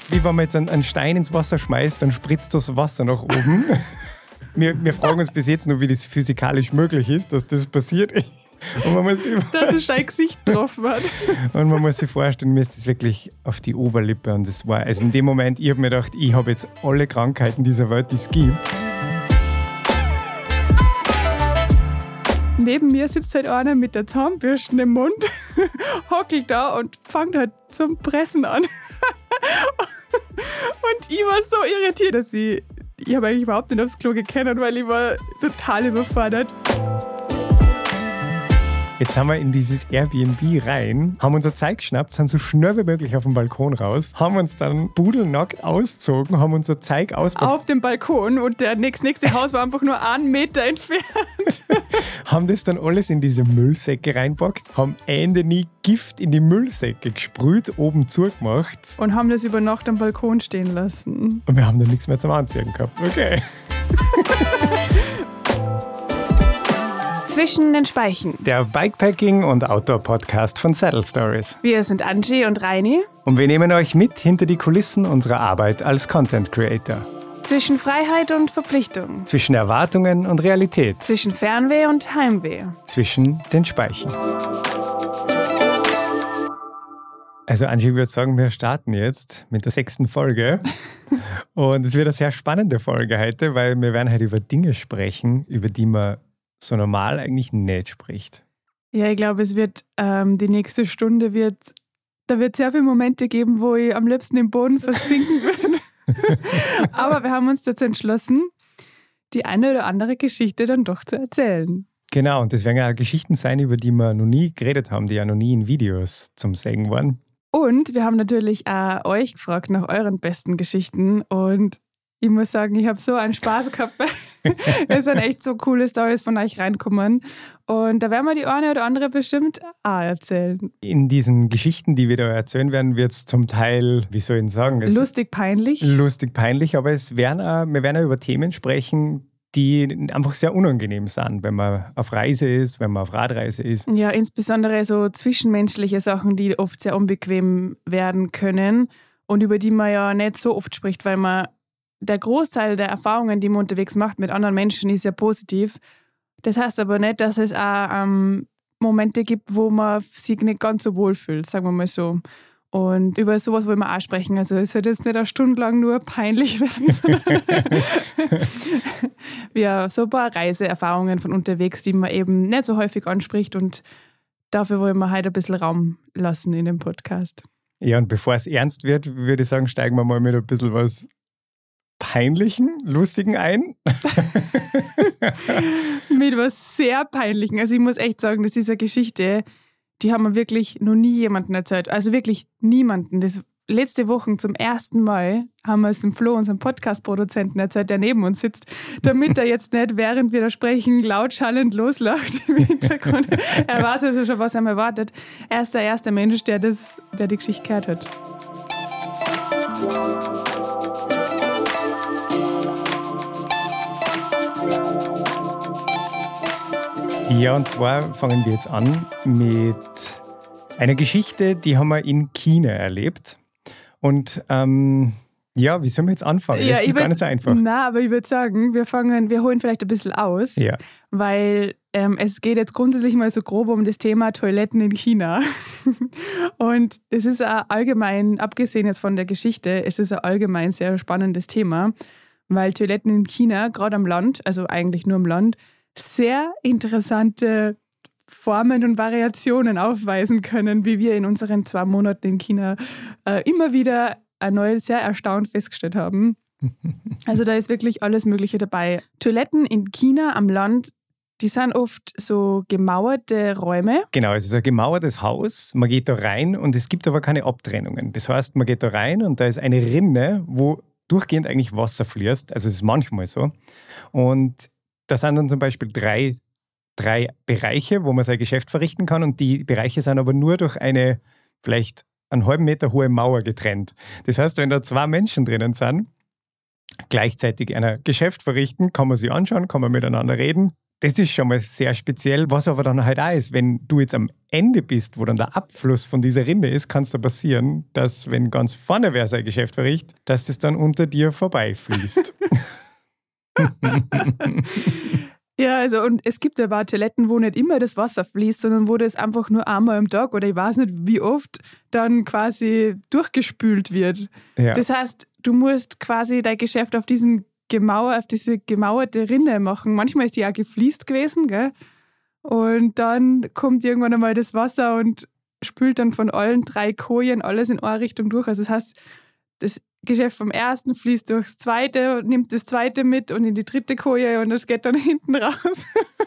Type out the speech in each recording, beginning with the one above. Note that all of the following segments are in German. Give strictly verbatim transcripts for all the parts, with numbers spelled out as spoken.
Wie wenn man jetzt einen Stein ins Wasser schmeißt, dann spritzt das Wasser nach oben. wir, wir fragen uns bis jetzt nur, wie das physikalisch möglich ist, dass das passiert. Und man muss sich dass es dein Gesicht getroffen hat. Und man muss sich vorstellen, mir ist das wirklich auf die Oberlippe. Und das war, also in dem Moment, ich habe mir gedacht, ich habe jetzt alle Krankheiten dieser Welt, die es gibt. Neben mir sitzt halt einer mit der Zahnbürste im Mund, hockelt da und fängt halt zum Pressen an. Und ich war so irritiert, dass ich, ich habe eigentlich überhaupt nicht aufs Klo gekannt, weil ich war total überfordert. Jetzt sind wir in dieses Airbnb rein, haben unser Zeug geschnappt, sind so schnell wie möglich auf den Balkon raus, haben uns dann pudelnackt ausgezogen, haben unser Zeug ausgepackt. Auf dem Balkon und der nächste, nächste Haus war einfach nur einen Meter entfernt. Haben das dann alles in diese Müllsäcke reinpackt, haben Ende nie Gift in die Müllsäcke gesprüht, oben zugemacht. Und haben das über Nacht am Balkon stehen lassen. Und wir haben dann nichts mehr zum Anziehen gehabt. Okay. Zwischen den Speichen. Der Bikepacking- und Outdoor-Podcast von Saddle Stories. Wir sind Angie und Reini. Und wir nehmen euch mit hinter die Kulissen unserer Arbeit als Content Creator. Zwischen Freiheit und Verpflichtung. Zwischen Erwartungen und Realität. Zwischen Fernweh und Heimweh. Zwischen den Speichen. Also Angie, ich würde sagen, wir starten jetzt mit der sechsten Folge. Und es wird eine sehr spannende Folge heute, weil wir werden heute über Dinge sprechen, über die man so normal eigentlich nicht spricht. Ja, ich glaube, es wird ähm, die nächste Stunde wird, da wird es sehr viele Momente geben, wo ich am liebsten im Boden versinken würde. Aber wir haben uns dazu entschlossen, die eine oder andere Geschichte dann doch zu erzählen. Genau, und das werden ja auch Geschichten sein, über die wir noch nie geredet haben, die ja noch nie in Videos zum Sagen waren. Und wir haben natürlich auch euch gefragt nach euren besten Geschichten und ich muss sagen, ich habe so einen Spaß gehabt. Es sind echt so coole Storys von euch reinkommen. Und da werden wir die eine oder andere bestimmt auch erzählen. In diesen Geschichten, die wir da erzählen werden, wird es zum Teil, wie soll ich sagen? Lustig peinlich. Lustig peinlich, aber es werden auch, wir werden auch über Themen sprechen, die einfach sehr unangenehm sind, wenn man auf Reise ist, wenn man auf Radreise ist. Ja, insbesondere so zwischenmenschliche Sachen, die oft sehr unbequem werden können und über die man ja nicht so oft spricht, weil man der Großteil der Erfahrungen, die man unterwegs macht mit anderen Menschen, ist ja positiv. Das heißt aber nicht, dass es auch ähm, Momente gibt, wo man sich nicht ganz so wohl fühlt, sagen wir mal so. Und über sowas wollen wir auch sprechen. Also es wird jetzt nicht eine Stunde lang nur peinlich werden, sondern ja, so ein paar Reiseerfahrungen von unterwegs, die man eben nicht so häufig anspricht. Und dafür wollen wir heute ein bisschen Raum lassen in dem Podcast. Ja, und bevor es ernst wird, würde ich sagen, steigen wir mal mit ein bisschen was Peinlichen, Lustigen ein. Mit was sehr Peinlichen. Also ich muss echt sagen, das ist eine Geschichte, die haben wir wirklich noch nie jemandem erzählt. Also wirklich niemanden. Das letzte Woche zum ersten Mal haben wir es dem Flo, unserem Podcast-Produzenten, erzählt, der neben uns sitzt, damit er jetzt nicht, während wir da sprechen, laut schallend loslacht im Hintergrund. Er weiß also schon, was er erwartet. Er ist der erste Mensch, der, das, der die Geschichte gehört hat. Ja, und zwar fangen wir jetzt an mit einer Geschichte, die haben wir in China erlebt. Und ähm, ja, wie sollen wir jetzt anfangen? Ja, das ist gar nicht so einfach. Nein, aber ich würde sagen, wir fangen, wir holen vielleicht ein bisschen aus, ja. weil ähm, es geht jetzt grundsätzlich mal so grob um das Thema Toiletten in China. Und es ist ein allgemein, abgesehen jetzt von der Geschichte, es ist ein allgemein sehr spannendes Thema, weil Toiletten in China, gerade am Land, also eigentlich nur am Land, sehr interessante Formen und Variationen aufweisen können, wie wir in unseren zwei Monaten in China äh, immer wieder erneut sehr erstaunt festgestellt haben. Also da ist wirklich alles Mögliche dabei. Toiletten in China am Land, die sind oft so gemauerte Räume. Genau, es ist ein gemauertes Haus. Man geht da rein und es gibt aber keine Abtrennungen. Das heißt, man geht da rein und da ist eine Rinne, wo durchgehend eigentlich Wasser fließt. Also es ist manchmal so. Und da sind dann zum Beispiel drei, drei Bereiche, wo man sein Geschäft verrichten kann. Und die Bereiche sind aber nur durch eine vielleicht einen halben Meter hohe Mauer getrennt. Das heißt, wenn da zwei Menschen drinnen sind, gleichzeitig ein Geschäft verrichten, kann man sie anschauen, kann man miteinander reden. das ist schon mal sehr speziell. Was aber dann halt auch ist, wenn du jetzt am Ende bist, wo dann der Abfluss von dieser Rinne ist, kann es da passieren, dass, wenn ganz vorne wer sein Geschäft verrichtet, dass das dann unter dir vorbeifließt. Ja, also und es gibt aber auch Toiletten, wo nicht immer das Wasser fließt, sondern wo das einfach nur einmal am Tag oder ich weiß nicht wie oft dann quasi durchgespült wird. Ja. Das heißt, du musst quasi dein Geschäft auf diesen Gemauer, auf diese gemauerte Rinne machen. Manchmal ist die auch gefliest gewesen, gell? Und dann kommt irgendwann einmal das Wasser und spült dann von allen drei Kojen alles in eine Richtung durch. Also das heißt, das Geschäft vom ersten fließt durchs zweite und nimmt das zweite mit und in die dritte Koje und das geht dann hinten raus.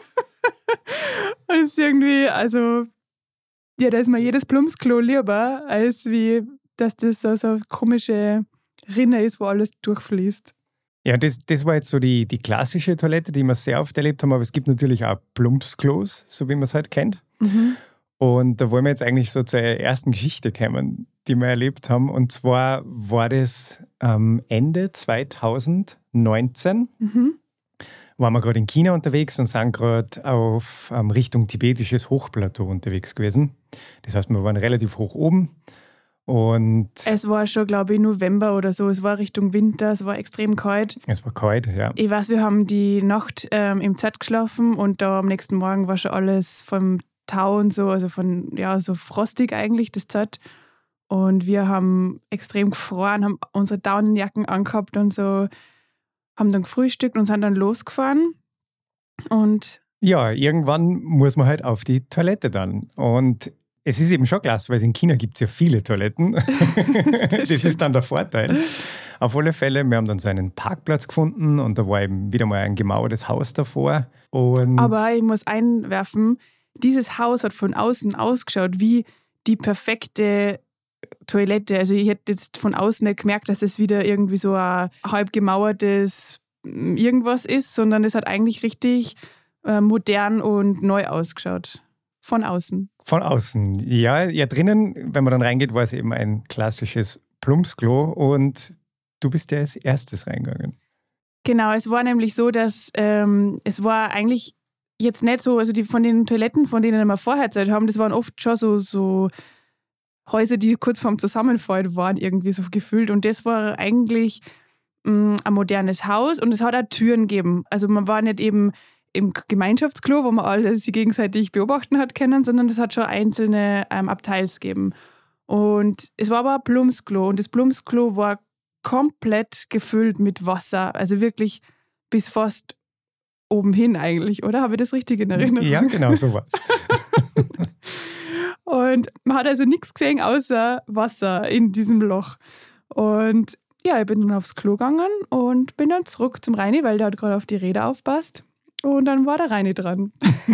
Und es ist irgendwie, also, ja, da ist mir jedes Plumpsklo lieber, als wie, dass das so, so eine komische Rinne ist, wo alles durchfließt. Ja, das, das war jetzt so die, die klassische Toilette, die wir sehr oft erlebt haben, aber es gibt natürlich auch Plumpsklos, so wie man es halt kennt. Mhm. Und da wollen wir jetzt eigentlich so zur ersten Geschichte kommen, die wir erlebt haben. Und zwar war das ähm, Ende zwanzig neunzehn. Mhm. Waren wir gerade in China unterwegs und sind gerade auf ähm, Richtung tibetisches Hochplateau unterwegs gewesen. Das heißt, wir waren relativ hoch oben. Und Es war schon, glaube ich, November oder so. Es war Richtung Winter, es war extrem kalt. es war kalt, ja. Ich weiß, wir haben die Nacht ähm, im Zelt geschlafen und da am nächsten Morgen war schon alles vom Tau und so, also von, ja, so frostig eigentlich, das Zelt. Und wir haben extrem gefroren, haben unsere Daunenjacken angehabt und so, haben dann gefrühstückt und sind dann losgefahren. Und Ja, irgendwann muss man halt auf die Toilette dann. Und es ist eben schon klasse, weil in China gibt es ja viele Toiletten. das das ist dann der Vorteil. Auf alle Fälle, wir haben dann so einen Parkplatz gefunden und da war eben wieder mal ein gemauertes Haus davor. Und aber ich muss einwerfen, dieses Haus hat von außen ausgeschaut wie die perfekte Toilette. Also ich hätte jetzt von außen nicht gemerkt, dass es wieder irgendwie so ein halb gemauertes irgendwas ist, sondern es hat eigentlich richtig äh, modern und neu ausgeschaut. Von außen. Von außen, ja. Ja, drinnen, wenn man dann reingeht, war es eben ein klassisches Plumpsklo und du bist ja als erstes reingegangen. Genau, es war nämlich so, dass ähm, es war eigentlich jetzt nicht so, also die von den Toiletten, von denen wir vorher erzählt haben, das waren oft schon so, so Häuser, die kurz vorm Zusammenfallen waren, irgendwie so gefühlt. Und das war eigentlich mh, ein modernes Haus und es hat auch Türen gegeben. Also man war nicht eben im Gemeinschaftsklo, wo man alle sich gegenseitig beobachten hat können, sondern es hat schon einzelne ähm, Abteils gegeben. Und es war aber ein Plumpsklo und das Plumpsklo war komplett gefüllt mit Wasser, also wirklich bis fast oben hin eigentlich, oder? Habe ich das richtig in Erinnerung? Ja, genau, so war's. Und man hat also nichts gesehen außer Wasser in diesem Loch. Und ja, ich bin dann aufs Klo gegangen und bin dann zurück zum Reini, weil der hat gerade auf die Räder aufpasst. Und dann war der Reini dran.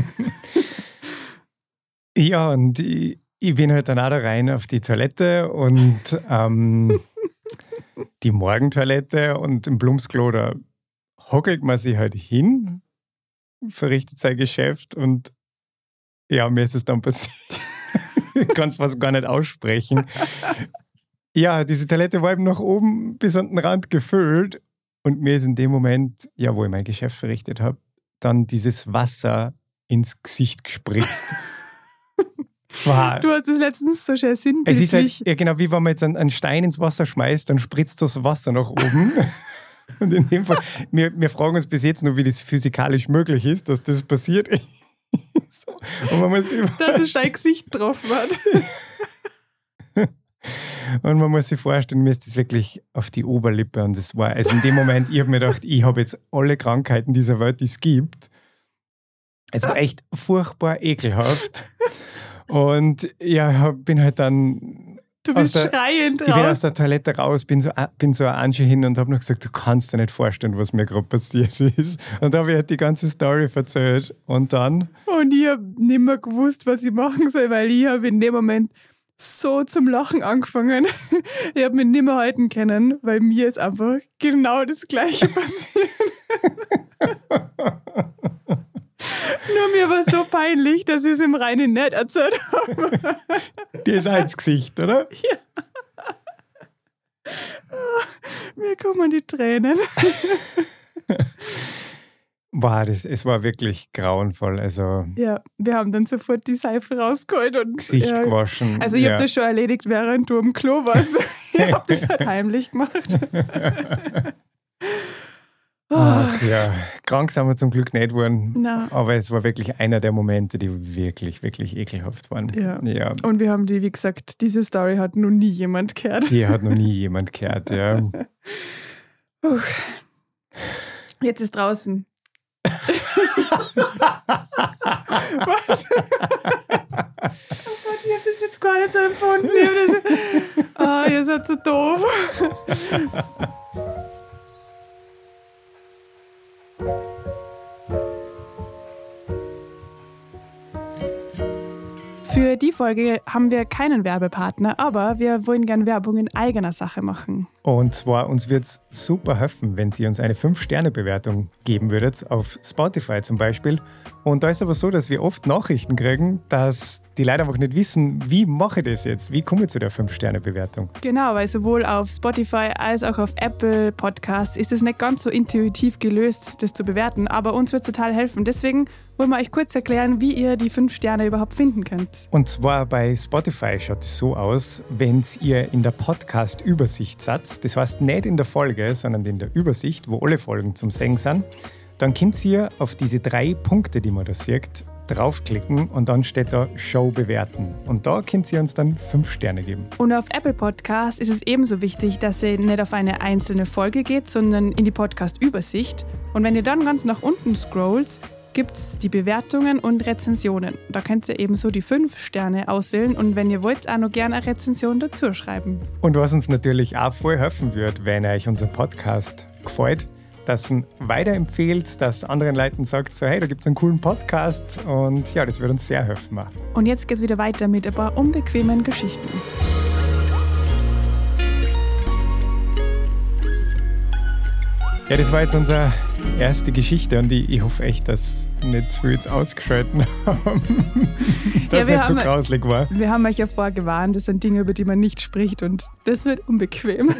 Ja, und ich, ich bin halt dann auch da rein auf die Toilette und ähm, die Morgentoilette und im Plumpsklo, da hockelt man sich halt hin, verrichtet sein Geschäft und ja, mir ist es dann passiert. Ich kann es fast gar nicht aussprechen. Ja, diese Toilette war eben nach oben bis an den Rand gefüllt und mir ist in dem Moment, ja, wo ich mein Geschäft verrichtet habe, dann dieses Wasser ins Gesicht gespritzt. Wow. Du hast es letztens so schön Es sinnbildlich. ist halt, ja genau, wie wenn man jetzt einen, einen Stein ins Wasser schmeißt, dann spritzt das Wasser nach oben. Und in dem Fall, wir, wir fragen uns bis jetzt nur, wie das physikalisch möglich ist, dass das passiert ist. Und man muss dass es dein Gesicht drauf hat. Und man muss sich vorstellen, mir ist das wirklich auf die Oberlippe. Und das war, also in dem Moment, ich habe mir gedacht, ich habe jetzt alle Krankheiten dieser Welt, die es gibt. Es war echt furchtbar ekelhaft. Und ja, bin halt dann. Du bist der, schreiend Ich bin aus raus. der Toilette raus, bin so, bin so an Angie hin und habe noch gesagt, du kannst dir nicht vorstellen, was mir gerade passiert ist. Und da habe ich halt die ganze Story erzählt. Und dann. Und ich habe nicht mehr gewusst, was ich machen soll, weil ich habe in dem Moment so zum Lachen angefangen. Ich habe mich nicht mehr halten können, weil mir ist einfach genau das Gleiche passiert. Nur mir war es so peinlich, dass ich es im Reinen nicht erzählt habe. Dir ist auch ins Gesicht, oder? Ja. Mir kommen die Tränen. Wow, das, es war wirklich grauenvoll. Also Ja, wir haben dann sofort die Seife rausgeholt und Gesicht ja, gewaschen. Also ich ja. habe das schon erledigt, während du im Klo warst. Ich habe das halt heimlich gemacht. Ach ja, krank sind wir zum Glück nicht geworden. Na. Aber es war wirklich einer der Momente, die wirklich, wirklich ekelhaft waren. Ja. ja. Und wir haben die, wie gesagt, diese Story hat noch nie jemand gehört. Die hat noch nie jemand gehört, ja. Puh. Jetzt ist draußen. Was? Oh Gott, ich habe das jetzt gar nicht so empfunden. Ah, oh, ihr seid so doof. Für die Folge haben wir keinen Werbepartner, aber wir wollen gerne Werbung in eigener Sache machen. Und zwar, uns wird es super helfen, wenn Sie uns eine fünf Sterne Bewertung geben würdet, auf Spotify zum Beispiel. Und da ist aber so, dass wir oft Nachrichten kriegen, dass die Leute einfach nicht wissen, wie mache ich das jetzt? Wie komme ich zu der fünf Sterne Bewertung? Genau, weil sowohl auf Spotify als auch auf Apple Podcasts ist es nicht ganz so intuitiv gelöst, das zu bewerten. Aber uns wird es total helfen. Deswegen wollen wir euch kurz erklären, wie ihr die fünf Sterne überhaupt finden könnt. Und zwar bei Spotify schaut es so aus, wenn ihr in der Podcast-Übersicht seid, das heißt nicht in der Folge, sondern in der Übersicht, wo alle Folgen zum Singen sind, dann könnt ihr auf diese drei Punkte, die man da sieht, draufklicken und dann steht da Show bewerten. Und da könnt ihr uns dann fünf Sterne geben. Und auf Apple Podcast ist es ebenso wichtig, dass ihr nicht auf eine einzelne Folge geht, sondern in die Podcast-Übersicht. Und wenn ihr dann ganz nach unten scrollt, gibt es die Bewertungen und Rezensionen. Da könnt ihr ebenso die fünf Sterne auswählen und wenn ihr wollt, auch noch gerne eine Rezension dazu schreiben. Und was uns natürlich auch voll helfen wird, wenn euch unser Podcast gefällt, dass ihr ihn weiterempfehlt, dass anderen Leuten sagt, so, hey, da gibt es einen coolen Podcast und ja, das wird uns sehr helfen. Auch. Und jetzt geht es wieder weiter mit ein paar unbequemen Geschichten. Ja, das war jetzt unsere erste Geschichte und ich, ich hoffe echt, dass nicht zu viel jetzt ausgeschalten haben, dass ja, nicht so grauslig war. Wir haben euch ja vorgewarnt, das sind Dinge, über die man nicht spricht und das wird unbequem.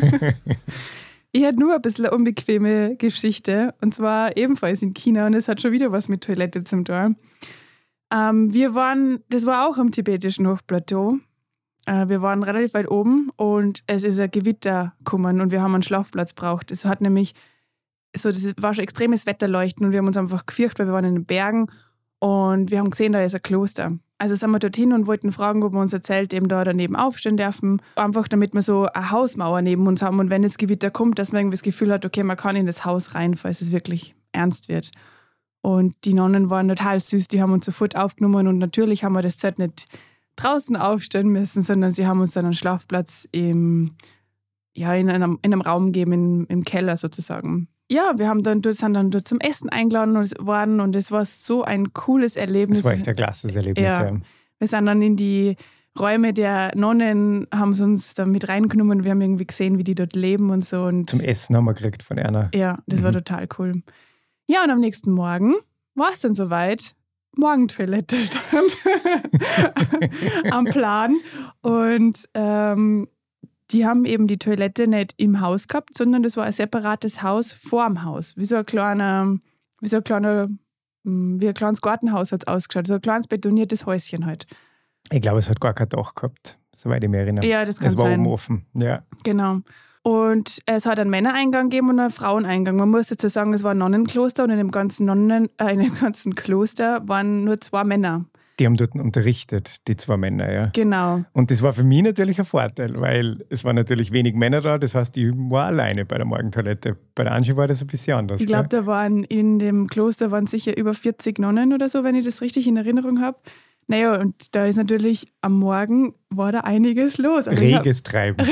Ich hatte nur ein bisschen eine unbequeme Geschichte und zwar ebenfalls in China und es hat schon wieder was mit Toilette zum tun. Ähm, wir waren, das war auch am tibetischen Hochplateau. Äh, wir waren relativ weit oben und es ist ein Gewitter gekommen und wir haben einen Schlafplatz gebraucht. Es hat nämlich so, das war schon extremes Wetterleuchten und wir haben uns einfach gefürchtet, weil wir waren in den Bergen und wir haben gesehen, da ist ein Kloster. Also sind wir dorthin und wollten fragen, ob wir unser Zelt eben da daneben aufstellen dürfen. Einfach damit wir so eine Hausmauer neben uns haben und wenn das Gewitter kommt, dass man irgendwie das Gefühl hat, okay, man kann in das Haus rein, falls es wirklich ernst wird. Und die Nonnen waren total süß, die haben uns sofort aufgenommen und natürlich haben wir das Zelt nicht draußen aufstellen müssen, sondern sie haben uns dann einen Schlafplatz im, ja, in, einem, in einem Raum gegeben, in, im Keller sozusagen. Ja, wir haben dann, sind dann dort zum Essen eingeladen worden und es war so ein cooles Erlebnis. Das war echt ein klasses Erlebnis. Ja. Ja. Wir sind dann in die Räume der Nonnen, haben sie uns da mit reingenommen und wir haben irgendwie gesehen, wie die dort leben und so. Und Zum Essen haben wir gekriegt von einer. Ja, das mhm. war total cool. Ja, und am nächsten Morgen war es dann soweit. Morgentoilette stand am Plan und ähm, die haben eben die Toilette nicht im Haus gehabt, sondern das war ein separates Haus vorm Haus. Wie so ein kleiner, wie so ein kleiner, wie ein kleines Gartenhaus hat es ausgeschaut, so ein kleines betoniertes Häuschen halt. Ich glaube, es hat gar kein Dach gehabt, soweit ich mich erinnere. Ja, das kann sein. Es war oben offen, ja. Genau. Und es hat einen Männereingang gegeben und einen Fraueneingang. Man muss dazu sagen, es war ein Nonnenkloster und in dem ganzen, Nonnen, äh, in dem ganzen Kloster waren nur zwei Männer. Die haben dort unterrichtet, die zwei Männer, ja. Genau. Und das war für mich natürlich ein Vorteil, weil es waren natürlich wenig Männer da, das heißt, ich war alleine bei der Morgentoilette. Bei der Angie war das ein bisschen anders. Ich glaube, da waren in dem Kloster waren sicher über vierzig Nonnen oder so, wenn ich das richtig in Erinnerung habe. Naja, und da ist natürlich am Morgen war da einiges los. Also Reges Treiben.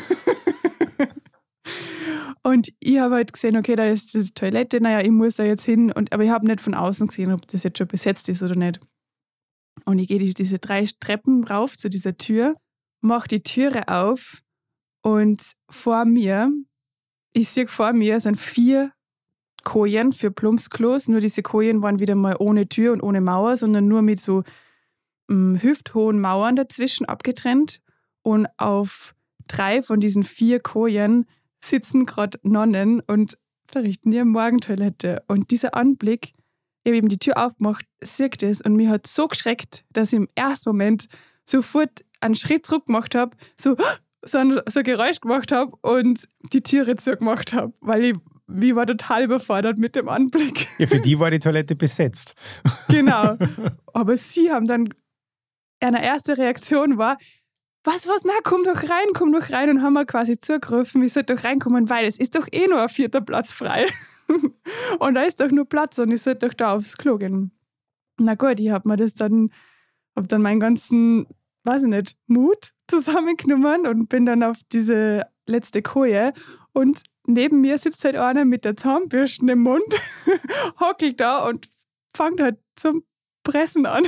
Und ich habe halt gesehen, okay, da ist die Toilette, naja, ich muss da jetzt hin. Und, aber ich habe nicht von außen gesehen, ob das jetzt schon besetzt ist oder nicht. Und ich gehe diese drei Treppen rauf zu dieser Tür, mache die Türe auf und vor mir, ich sehe vor mir, sind vier Kojen für Plumpsklos. Nur diese Kojen waren wieder mal ohne Tür und ohne Mauer, sondern nur mit so mh, hüfthohen Mauern dazwischen abgetrennt. Und auf drei von diesen vier Kojen sitzen gerade Nonnen und verrichten ihre Morgentoilette. Und dieser Anblick, ich habe eben die Tür aufgemacht, sieht das und mich hat so geschreckt, dass ich im ersten Moment sofort einen Schritt zurück gemacht habe, so, so, ein, so ein Geräusch gemacht habe und die Türe zugemacht habe, weil ich, ich war total überfordert mit dem Anblick. Ja, für die war die Toilette besetzt. Genau. Aber sie haben dann, eine erste Reaktion war, was, was, na, komm doch rein, komm doch rein und haben wir quasi zugerufen, ich sollte doch reinkommen, weil es ist doch eh nur ein vierter Platz frei. Und da ist doch nur Platz und ich sollte doch da aufs Klo gehen. Na gut, ich habe mir das dann, habe dann meinen ganzen, weiß ich nicht, Mut zusammengenommen und bin dann auf diese letzte Koje und neben mir sitzt halt einer mit der Zahnbürste im Mund, hockelt da und fängt halt zum Pressen an.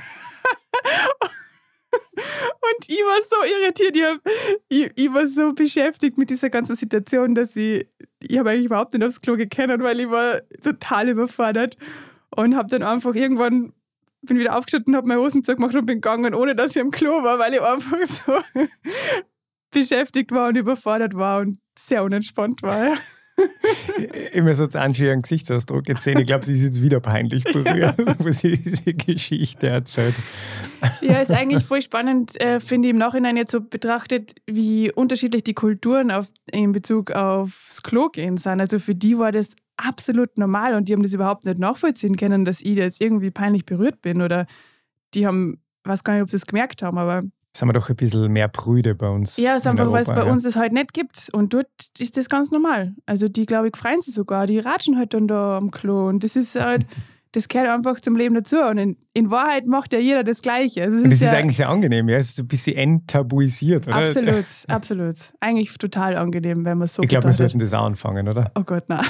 Und ich war so irritiert, ich, hab, ich, ich war so beschäftigt mit dieser ganzen Situation, dass ich, ich habe eigentlich überhaupt nicht aufs Klo gekannt, weil ich war total überfordert und habe dann einfach irgendwann, bin wieder aufgestanden, habe meine Hosen zugemacht und bin gegangen, ohne dass ich am Klo war, weil ich einfach so beschäftigt war und überfordert war und sehr unentspannt war. Immer so anschauen, Gesichtsausdruck jetzt sehen. Ich glaube, sie ist jetzt wieder peinlich berührt, ja. Wo sie diese Geschichte erzählt. Ja, ist eigentlich voll spannend, äh, finde ich im Nachhinein jetzt so betrachtet, wie unterschiedlich die Kulturen auf, in Bezug aufs Klo gehen sind. Also für die war das absolut normal und die haben das überhaupt nicht nachvollziehen können, dass ich jetzt irgendwie peinlich berührt bin oder die haben, ich weiß gar nicht, ob sie es gemerkt haben, aber sind wir doch ein bisschen mehr prüde bei uns. Ja, es ist einfach, weil es bei ja. uns das halt nicht gibt. Und dort ist das ganz normal. Also die, glaube ich, freuen sich sogar. Die ratschen halt dann da am Klo. Und das ist halt, das gehört einfach zum Leben dazu. Und in, in Wahrheit macht ja jeder das Gleiche. Also und das ist, ist ja eigentlich sehr angenehm, ja. Es ist ein bisschen enttabuisiert, oder? Absolut, absolut. Eigentlich total angenehm, wenn man so Ich glaube, wir betrachtet. sollten das auch anfangen, oder? Oh Gott, nein.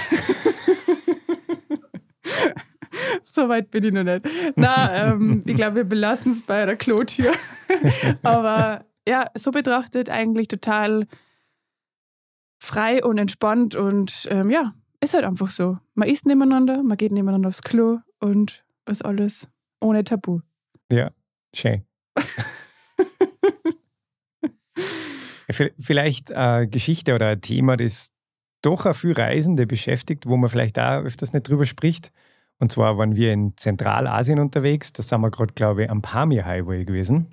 So weit bin ich noch nicht. Nein, ähm, ich glaube, wir belassen es bei der Klotür. Aber ja, so betrachtet eigentlich total frei und entspannt und ähm, ja, ist halt einfach so. Man isst nebeneinander, man geht nebeneinander aufs Klo und ist alles ohne Tabu. Ja, schön. Vielleicht eine Geschichte oder ein Thema, das doch auch viele Reisende beschäftigt, wo man vielleicht auch öfters nicht drüber spricht. Und zwar waren wir in Zentralasien unterwegs. Da sind wir gerade, glaube ich, am Pamir Highway gewesen.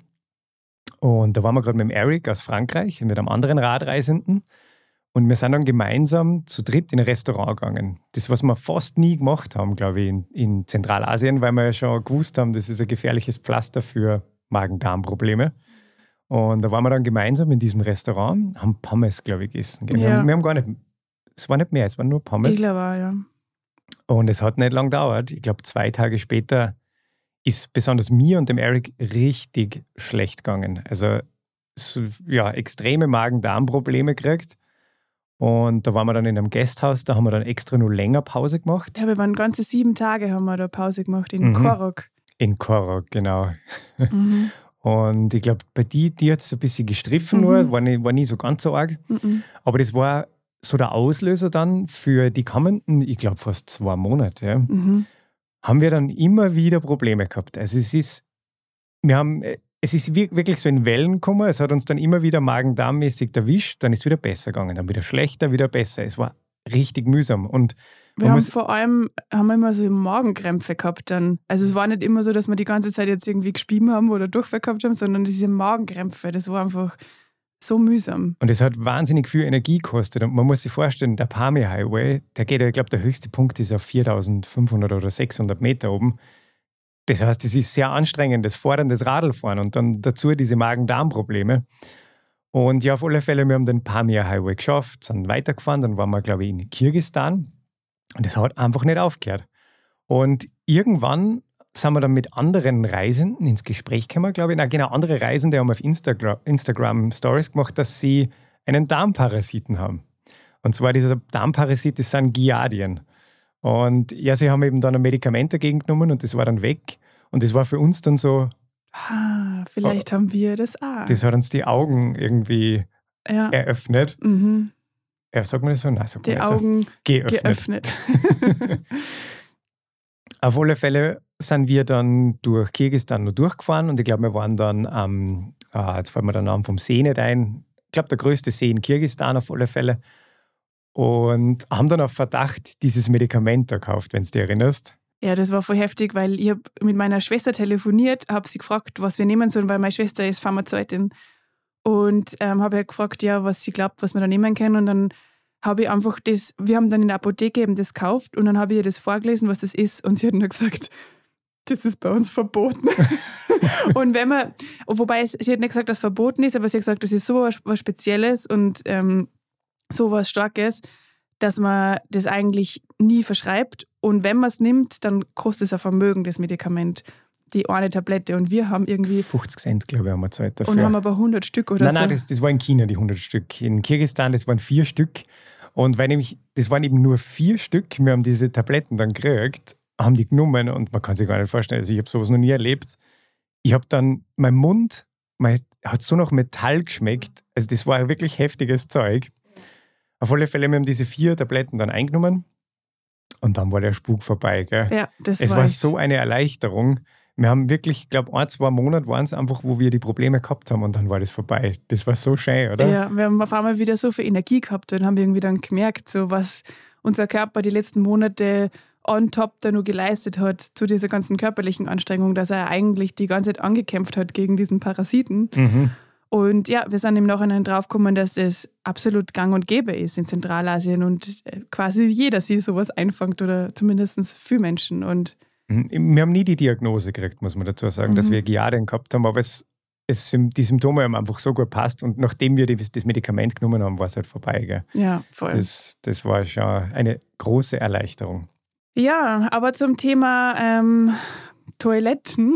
Und da waren wir gerade mit dem Eric aus Frankreich und mit einem anderen Radreisenden. Und wir sind dann gemeinsam zu dritt in ein Restaurant gegangen. Das, was wir fast nie gemacht haben, glaube ich, in, in Zentralasien, weil wir ja schon gewusst haben, das ist ein gefährliches Pflaster für Magen-Darm-Probleme. Und da waren wir dann gemeinsam in diesem Restaurant, haben Pommes, glaube ich, gegessen. Gell? Wir, Ja. haben, wir haben gar nicht, es war nicht mehr, es waren nur Pommes. Ich glaube auch, ja. Und es hat nicht lange gedauert. Ich glaube, zwei Tage später ist besonders mir und dem Eric richtig schlecht gegangen. Also so, ja, extreme Magen-Darm-Probleme gekriegt. Und da waren wir dann in einem Gasthaus, da haben wir dann extra nur länger Pause gemacht. Ja, wir waren ganze sieben Tage, haben wir da Pause gemacht in Mhm. Korok. In Korok, genau. Mhm. Und ich glaube, bei die, die hat es ein bisschen gestriffen Mhm. nur, war nie, war nie so ganz so arg. Mhm. Aber das war so der Auslöser dann für die kommenden, ich glaube, fast zwei Monate. Ja. Mhm. Haben wir dann immer wieder Probleme gehabt. Also es ist, wir haben, es ist wirklich so in Wellen gekommen. Es hat uns dann immer wieder Magen-Darm-mäßig erwischt. Dann ist es wieder besser gegangen. Dann wieder schlechter, wieder besser. Es war richtig mühsam. Und Wir man haben muss, vor allem haben wir immer so Magenkrämpfe gehabt dann. Also es war nicht immer so, dass wir die ganze Zeit jetzt irgendwie gespieben haben oder Durchfall gehabt haben, sondern diese Magenkrämpfe, das war einfach so mühsam. und es hat wahnsinnig viel Energie gekostet. Und man muss sich vorstellen, der Pamir Highway, der geht, ich glaube, der höchste Punkt ist auf viertausendfünfhundert oder sechshundert Meter oben. Das heißt, es ist sehr anstrengendes, forderndes Radlfahren und dann dazu diese Magen-Darm-Probleme. Und ja, auf alle Fälle, wir haben den Pamir Highway geschafft, sind weitergefahren, dann waren wir, glaube ich, in Kirgisistan und es hat einfach nicht aufgehört. Und irgendwann sind wir dann mit anderen Reisenden ins Gespräch gekommen, glaube ich. Na, genau, andere Reisende haben auf Instagram, Instagram Stories gemacht, dass sie einen Darmparasiten haben. Und zwar dieser Darmparasit, das sind Giardien. Und ja, sie haben eben dann ein Medikament dagegen genommen und das war dann weg. Und das war für uns dann so, Ah, vielleicht haben wir das auch. das hat uns die Augen irgendwie ja. eröffnet. Mhm. Ja, sagt man das so? Nein, sagt Die man nicht so. Augen Geöffnet. geöffnet. Auf alle Fälle sind wir dann durch Kirgisistan noch durchgefahren und ich glaube, wir waren dann am, ähm, jetzt fällt mir der Name vom See nicht ein, ich glaube, der größte See in Kirgisistan auf alle Fälle. und haben dann auf Verdacht dieses Medikament da gekauft, wenn du dich erinnerst. Ja, das war voll heftig, weil ich habe mit meiner Schwester telefoniert, habe sie gefragt, was wir nehmen sollen, weil meine Schwester ist Pharmazeutin. Und ähm, habe ja gefragt, ja, was sie glaubt, was wir da nehmen können. Und dann habe ich einfach das, wir haben dann in der Apotheke eben das gekauft und dann habe ich ihr das vorgelesen, was das ist. Und sie hat nur gesagt, das ist bei uns verboten. Und wenn man, wobei es, sie hat nicht gesagt, dass es verboten ist, aber sie hat gesagt, das ist so was, was Spezielles und ähm, so was Starkes, dass man das eigentlich nie verschreibt. Und wenn man es nimmt, dann kostet es ein Vermögen, das Medikament, die eine Tablette. Und wir haben irgendwie fünfzig Cent, glaube ich, haben wir Zeit dafür. Und haben aber hundert Stück oder nein, so. Nein, das, das war in China, die hundert Stück. In Kirgisistan, das waren vier Stück. Und weil nämlich, das waren eben nur vier Stück, wir haben diese Tabletten dann gekriegt, haben die genommen und man kann sich gar nicht vorstellen, also ich habe sowas noch nie erlebt. Ich habe dann, mein Mund mein, hat so nach Metall geschmeckt, also das war wirklich heftiges Zeug. Auf alle Fälle, wir haben diese vier Tabletten dann eingenommen und dann war der Spuk vorbei. Gell? Ja, das es war, war echt. so eine Erleichterung. Wir haben wirklich, ich glaube, ein, zwei Monate waren es einfach, wo wir die Probleme gehabt haben und dann war das vorbei. Das war so schön, oder? Ja, wir haben auf einmal wieder so viel Energie gehabt und haben irgendwie dann gemerkt, so was unser Körper die letzten Monate on top da nur geleistet hat zu dieser ganzen körperlichen Anstrengung, dass er eigentlich die ganze Zeit angekämpft hat gegen diesen Parasiten. Mhm. Und ja, wir sind im Nachhinein draufgekommen, dass das absolut gang und gäbe ist in Zentralasien und quasi jeder sich sowas einfängt oder zumindest viele Menschen. Und wir haben nie die Diagnose gekriegt, muss man dazu sagen, mhm. dass wir Giardien gehabt haben, aber es, es, die Symptome haben einfach so gut gepasst und nachdem wir das, das Medikament genommen haben, war es halt vorbei. Gell? Ja, voll. Das, das war schon eine große Erleichterung. Ja, aber zum Thema ähm, Toiletten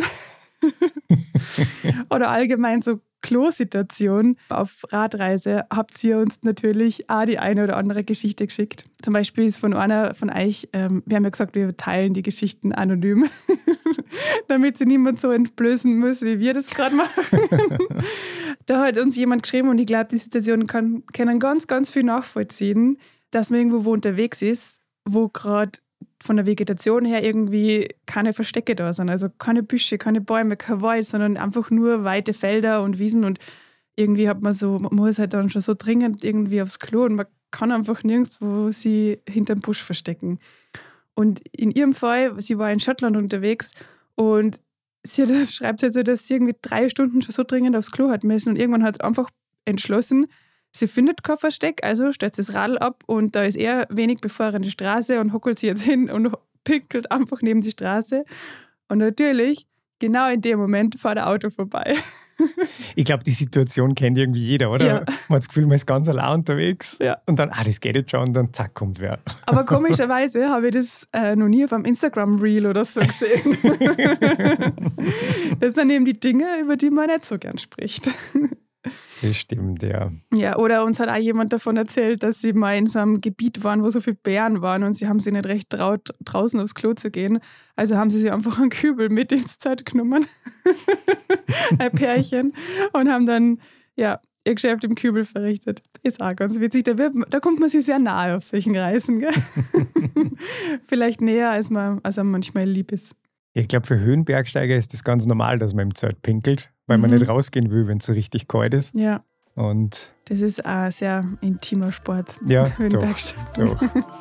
oder allgemein so Klo-Situation auf Radreise habt ihr uns natürlich auch die eine oder andere Geschichte geschickt. Zum Beispiel ist von einer von euch, ähm, wir haben ja gesagt, wir teilen die Geschichten anonym, damit sie niemand so entblößen muss, wie wir das gerade machen. Da hat uns jemand geschrieben und ich glaube, die Situation kann, können ganz, ganz viel nachvollziehen, dass man irgendwo wo unterwegs ist, wo gerade von der Vegetation her irgendwie keine Verstecke da sind. Also keine Büsche, keine Bäume, kein Wald, sondern einfach nur weite Felder und Wiesen. Und irgendwie hat man so, man muss halt dann schon so dringend irgendwie aufs Klo und man kann einfach nirgendwo sie hinterm Busch verstecken. Und in ihrem Fall, sie war in Schottland unterwegs und sie hat, das schreibt halt so, dass sie irgendwie drei Stunden schon so dringend aufs Klo hat müssen und irgendwann hat sie einfach entschlossen, sie findet kein Versteck, also stellt das Radl ab und da ist eher wenig befahrene Straße und hockelt sie jetzt hin und pinkelt einfach neben die Straße. Und natürlich, genau in dem Moment fährt ein Auto vorbei. Ich glaube, die Situation kennt irgendwie jeder, oder? Ja. Man hat das Gefühl, man ist ganz allein unterwegs ja. und dann, ah, das geht jetzt schon und dann zack, kommt wer. Aber komischerweise habe ich das äh, noch nie auf einem Instagram-Reel oder so gesehen. Das sind eben die Dinge, über die man nicht so gern spricht. Das stimmt, ja. Ja, oder uns hat auch jemand davon erzählt, dass sie mal in so einem Gebiet waren, wo so viele Bären waren und sie haben sich nicht recht traut, draußen aufs Klo zu gehen. Also haben sie sich einfach einen Kübel mit ins Zelt genommen, ein Pärchen, und haben dann ja, ihr Geschäft im Kübel verrichtet. Ist auch ganz witzig. Da, wird, da kommt man sich sehr nahe auf solchen Reisen. Gell? Vielleicht näher, als man, als man manchmal lieb ist. Ich glaube, für Höhenbergsteiger ist das ganz normal, dass man im Zelt pinkelt, weil man Mhm. nicht rausgehen will, wenn es so richtig kalt ist. Ja, Und das ist auch ein sehr intimer Sport. ja, doch, Höhenbergsteigen. doch.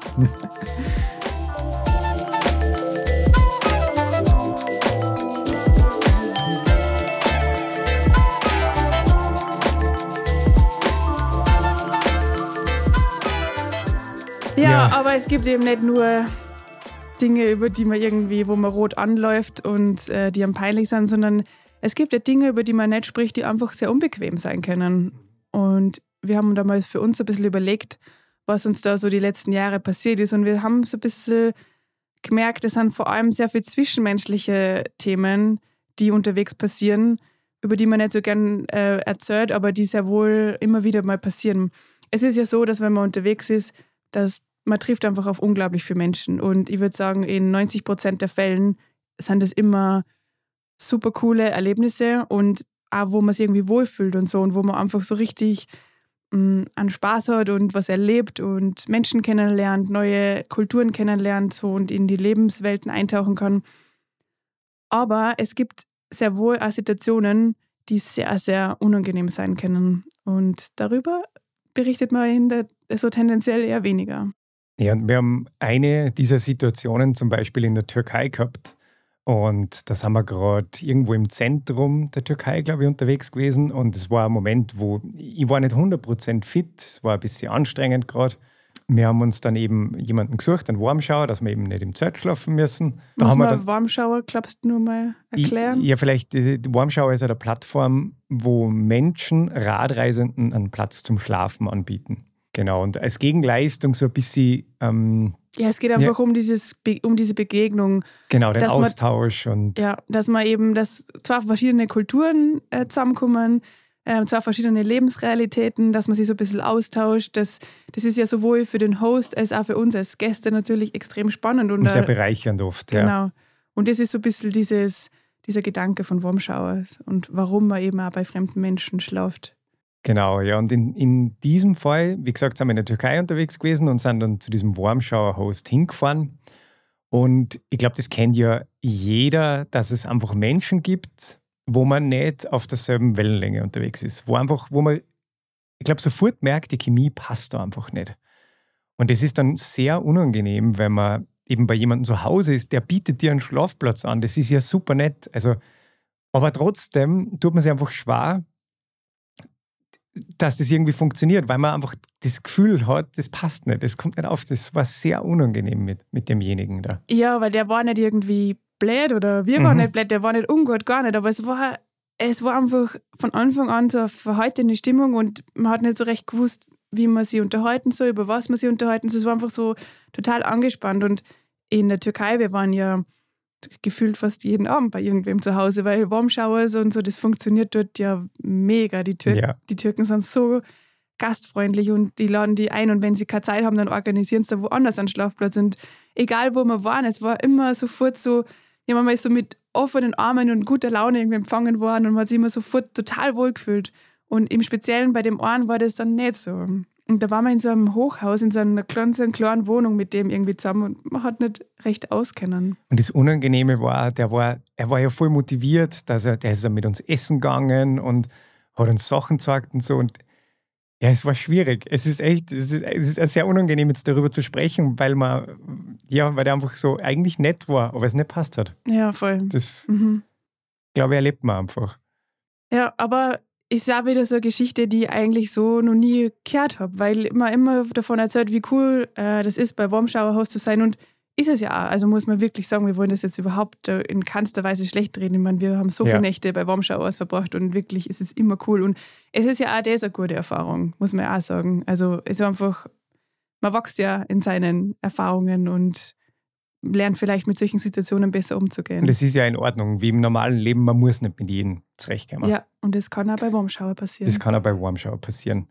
Ja, Ja. aber es gibt eben nicht nur Dinge, über die man irgendwie, wo man rot anläuft und äh, die einem peinlich sind, sondern es gibt ja Dinge, über die man nicht spricht, die einfach sehr unbequem sein können. Und wir haben da mal für uns ein bisschen überlegt, was uns da so die letzten Jahre passiert ist. Und wir haben so ein bisschen gemerkt, es sind vor allem sehr viele zwischenmenschliche Themen, die unterwegs passieren, über die man nicht so gern äh, erzählt, aber die sehr wohl immer wieder mal passieren. Es ist ja so, dass wenn man unterwegs ist, dass man trifft einfach auf unglaublich viele Menschen. Und ich würde sagen, in neunzig Prozent der Fällen sind das immer super coole Erlebnisse und auch, wo man sich irgendwie wohlfühlt und so und wo man einfach so richtig mh, an Spaß hat und was erlebt und Menschen kennenlernt, neue Kulturen kennenlernt so und in die Lebenswelten eintauchen kann. Aber es gibt sehr wohl auch Situationen, die sehr, sehr unangenehm sein können. Und darüber berichtet man in der, so tendenziell eher weniger. Ja, und wir haben eine dieser Situationen zum Beispiel in der Türkei gehabt. Und da sind wir gerade irgendwo im Zentrum der Türkei, glaube ich, unterwegs gewesen. Und es war ein Moment, wo ich war nicht hundert Prozent fit, es war ein bisschen anstrengend gerade. Wir haben uns dann eben jemanden gesucht, einen Warmschauer, dass wir eben nicht im Zelt schlafen müssen. Da Muss haben wir man dann, Warmschauer, glaubst du, nur mal erklären? Ja, vielleicht, die die Warmschauer ist eine Plattform, wo Menschen, Radreisenden einen Platz zum Schlafen anbieten. Genau, und als Gegenleistung so ein bisschen... Ähm, ja, es geht einfach ja. um, dieses Be- um diese Begegnung. Genau, den dass Austausch. Man, und ja, dass man eben, dass zwei verschiedene Kulturen äh, zusammenkommen, äh, zwei verschiedene Lebensrealitäten, dass man sich so ein bisschen austauscht. Das, das ist ja sowohl für den Host als auch für uns als Gäste natürlich extrem spannend. Und, und sehr äh, bereichernd oft. Genau. Ja. Und das ist so ein bisschen dieses, dieser Gedanke von Warmschauers und warum man eben auch bei fremden Menschen schlaft. Genau, ja. Und in, in diesem Fall, wie gesagt, sind wir in der Türkei unterwegs gewesen und sind dann zu diesem Warmschauer-Host hingefahren. Und ich glaube, das kennt ja jeder, dass es einfach Menschen gibt, wo man nicht auf derselben Wellenlänge unterwegs ist. Wo einfach, wo man, ich glaube, sofort merkt, die Chemie passt da einfach nicht. Und das ist dann sehr unangenehm, wenn man eben bei jemandem zu Hause ist, der bietet dir einen Schlafplatz an. Das ist ja super nett. Also, aber trotzdem tut man sich einfach schwer, dass das irgendwie funktioniert, weil man einfach das Gefühl hat, das passt nicht, das kommt nicht auf. Das war sehr unangenehm mit, mit demjenigen da. Ja, weil der war nicht irgendwie blöd oder wir waren Mhm. nicht blöd, der war nicht ungut, gar nicht, aber es war, es war einfach von Anfang an so eine verhaltene Stimmung und man hat nicht so recht gewusst, wie man sich unterhalten soll, über was man sich unterhalten soll. Es war einfach so total angespannt und in der Türkei, wir waren ja gefühlt fast jeden Abend bei irgendwem zu Hause, weil Warmshowers und so, das funktioniert dort ja mega. Die, Tür- Ja. die Türken sind so gastfreundlich und die laden die ein und wenn sie keine Zeit haben, dann organisieren sie da woanders einen Schlafplatz und egal wo wir waren, es war immer sofort so, ja, man ist so mit offenen Armen und guter Laune irgendwie empfangen worden und man hat sich immer sofort total wohl gefühlt und im Speziellen bei dem einen war das dann nicht so. Und da waren wir in so einem Hochhaus, in so einer kleinen, so einer kleinen Wohnung mit dem irgendwie zusammen und man hat nicht recht auskennen. Und das Unangenehme war, der war, er war ja voll motiviert, dass er, der ist ja mit uns essen gegangen und hat uns Sachen gezeigt und so. Und ja, es war schwierig. Es ist echt, es ist, es ist sehr unangenehm, jetzt darüber zu sprechen, weil man, ja, weil der einfach so eigentlich nett war, aber es nicht passt hat. Ja, voll. Das, Mhm. glaube ich, erlebt man einfach. Ja, aber ist auch wieder so eine Geschichte, die ich eigentlich so noch nie gehört habe, weil man immer davon erzählt, wie cool äh, das ist, bei Warmschauer Host zu sein und ist es ja auch. Also muss man wirklich sagen, wir wollen das jetzt überhaupt äh, in keinster Weise schlecht reden. Ich meine, wir haben so Ja. viele Nächte bei Warmschauers verbracht und wirklich ist es immer cool und es ist ja auch das eine gute Erfahrung, muss man ja auch sagen. Also es ist einfach, man wächst ja in seinen Erfahrungen und lernt vielleicht mit solchen Situationen besser umzugehen. Und es ist ja in Ordnung, wie im normalen Leben, man muss nicht mit jedem zurechtkommen. Ja, und das kann auch bei Warmschauer passieren. Das kann auch bei Warmschauer passieren.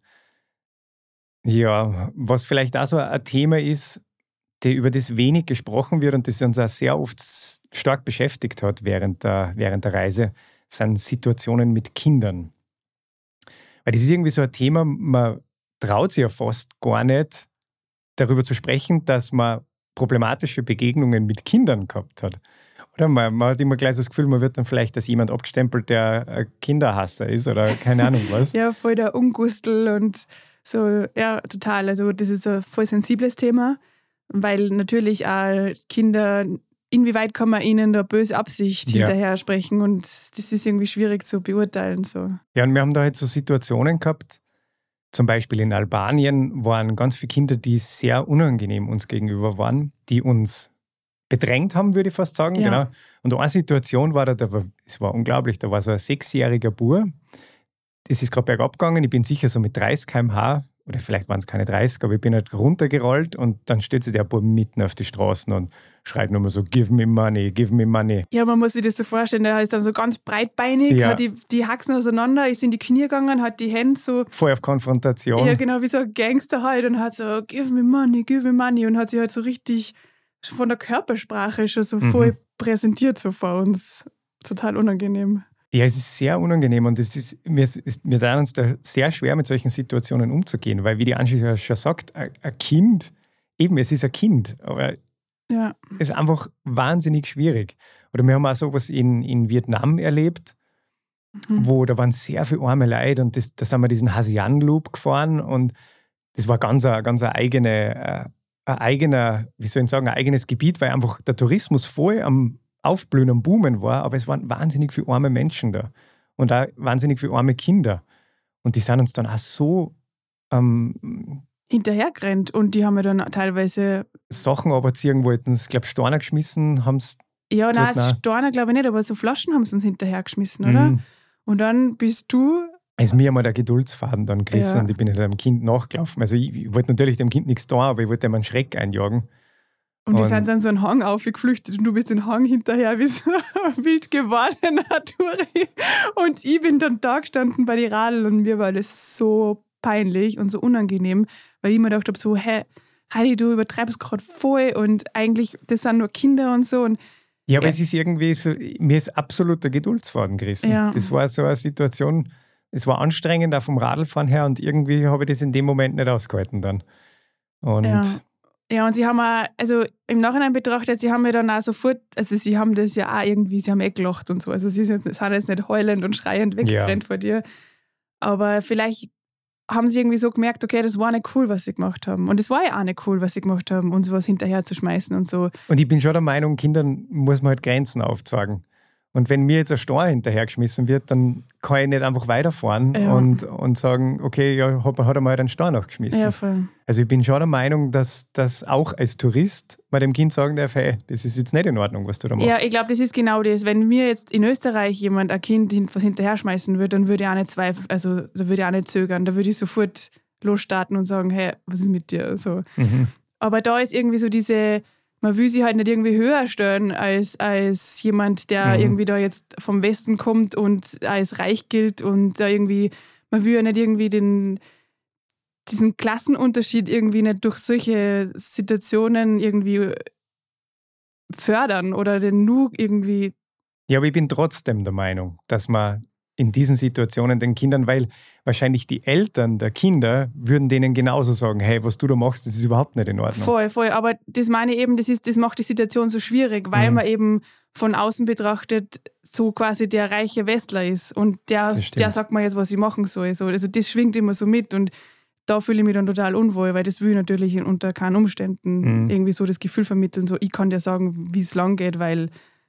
Ja, was vielleicht auch so ein Thema ist, die, über das wenig gesprochen wird und das uns auch sehr oft stark beschäftigt hat während der, während der Reise, sind Situationen mit Kindern. Weil das ist irgendwie so ein Thema, man traut sich ja fast gar nicht, darüber zu sprechen, dass man problematische Begegnungen mit Kindern gehabt hat. Oder man, man hat immer gleich so das Gefühl, man wird dann vielleicht als jemand abgestempelt, der ein Kinderhasser ist oder keine Ahnung was. Ja, voll der Ungustel und so, ja, total. Also das ist ein voll sensibles Thema, weil natürlich auch Kinder, inwieweit kann man ihnen da böse Absicht Ja. hinterher sprechen und das ist irgendwie schwierig zu beurteilen. So. Ja, und wir haben da halt so Situationen gehabt, zum Beispiel in Albanien waren ganz viele Kinder, die sehr unangenehm uns gegenüber waren, die uns bedrängt haben, würde ich fast sagen. Ja. Genau. Und eine Situation war da, da war, es war unglaublich, da war so ein sechsjähriger Bub, es ist gerade bergab gegangen, ich bin sicher so mit dreißig Kilometer pro Stunde, oder vielleicht waren es keine dreißig, aber ich bin halt runtergerollt und dann steht sich der Bub mitten auf die Straßen und schreit nur mal so, give me money, give me money. Ja, man muss sich das so vorstellen, der ist dann so ganz breitbeinig, Ja. hat die, die Haxen auseinander, ist in die Knie gegangen, hat die Hände so, Voll auf Konfrontation. ja genau, wie so ein Gangster halt und hat so, give me money, give me money und hat sich halt so richtig von der Körpersprache schon so Mhm. voll präsentiert so vor uns. Total unangenehm. Ja, es ist sehr unangenehm und es ist, wir, es, wir tun uns da sehr schwer, mit solchen Situationen umzugehen, weil, wie die Angie ja schon sagt, ein, ein Kind, eben, es ist ein Kind, aber Ja. es ist einfach wahnsinnig schwierig. Oder wir haben auch sowas in, in Vietnam erlebt, Mhm. wo da waren sehr viele arme Leute und das, da sind wir diesen Hasian-Loop gefahren und das war ganz ein, ganz eine eigene, äh, ein eigener, wie soll ich sagen, ein eigenes Gebiet, weil einfach der Tourismus voll am Aufblühen, am Boomen war, aber es waren wahnsinnig viele arme Menschen da und auch wahnsinnig viele arme Kinder. Und die sind uns dann auch so ähm, hinterhergerannt und die haben mir dann teilweise. Sachen runterziehen wollten. Ich glaube, Steine geschmissen haben es. Ja, nein, Dort nein. Steine glaube ich nicht, aber so Flaschen haben sie uns hinterhergeschmissen, oder? Mhm. Und dann bist du. Es ist mir einmal der Geduldsfaden dann gerissen Ja. und ich bin dem Kind nachgelaufen. Also ich, ich wollte natürlich dem Kind nichts tun, aber ich wollte ihm einen Schreck einjagen. Und die Und- sind dann so einen Hang aufgeflüchtet und du bist den Hang hinterher wie so ein wild gewordener Touri. Und ich bin dann da gestanden bei die Radl und mir war das so peinlich und so unangenehm, weil ich mir gedacht habe, so, hä, Heidi, du übertreibst gerade voll und eigentlich, das sind nur Kinder und so. Und Ja, aber Ja. es ist irgendwie so, mir ist absolut der Geduldsfaden gerissen. Ja. Das war so eine Situation, es war anstrengend auch vom Radlfahren her und irgendwie habe ich das in dem Moment nicht ausgehalten dann. Und Ja. Ja, und sie haben auch, also im Nachhinein betrachtet, sie haben mir dann auch sofort, also sie haben das ja auch irgendwie, sie haben eh gelacht und so. Also sie sind, sind jetzt nicht heulend und schreiend weggerannt vor dir. Aber vielleicht haben sie irgendwie so gemerkt, okay, das war nicht cool, was sie gemacht haben. Und es war ja auch nicht cool, was sie gemacht haben, uns was hinterher zu schmeißen und so. Und ich bin schon der Meinung, Kindern muss man halt Grenzen aufzeigen. Und wenn mir jetzt ein Stein hinterhergeschmissen wird, dann kann ich nicht einfach weiterfahren Ja. und, und sagen, okay, ja, hat, hat er mal einen Stein nachgeschmissen. Ja, voll. Also ich bin schon der Meinung, dass das auch als Tourist mal dem Kind sagen darf, hey, das ist jetzt nicht in Ordnung, was du da machst. Ja, ich glaube, das ist genau das. Wenn mir jetzt in Österreich jemand ein Kind hin- was hinterher schmeißen würde, dann würde ich auch nicht zweifeln, also da würde ich auch nicht zögern. Da würde ich sofort losstarten und sagen, hey, was ist mit dir? So. Mhm. Aber da ist irgendwie so diese, man will sich halt nicht irgendwie höher stellen als, als jemand, der Mhm. irgendwie da jetzt vom Westen kommt und als reich gilt und da irgendwie, man will ja nicht irgendwie den, diesen Klassenunterschied irgendwie nicht durch solche Situationen irgendwie fördern oder den nur irgendwie. Ja, aber ich bin trotzdem der Meinung, dass man in diesen Situationen den Kindern, weil wahrscheinlich die Eltern der Kinder würden denen genauso sagen, hey, was du da machst, das ist überhaupt nicht in Ordnung. Voll, voll. Aber das meine ich eben, das, ist, das macht die Situation so schwierig, weil Mhm. man eben von außen betrachtet so quasi der reiche Westler ist. Und der, Das stimmt. der sagt mir jetzt, was ich machen soll. So, also das schwingt immer so mit und da fühle ich mich dann total unwohl, weil das will ich natürlich unter keinen Umständen Mhm. irgendwie so das Gefühl vermitteln, so ich kann dir sagen, wie es lang geht, weil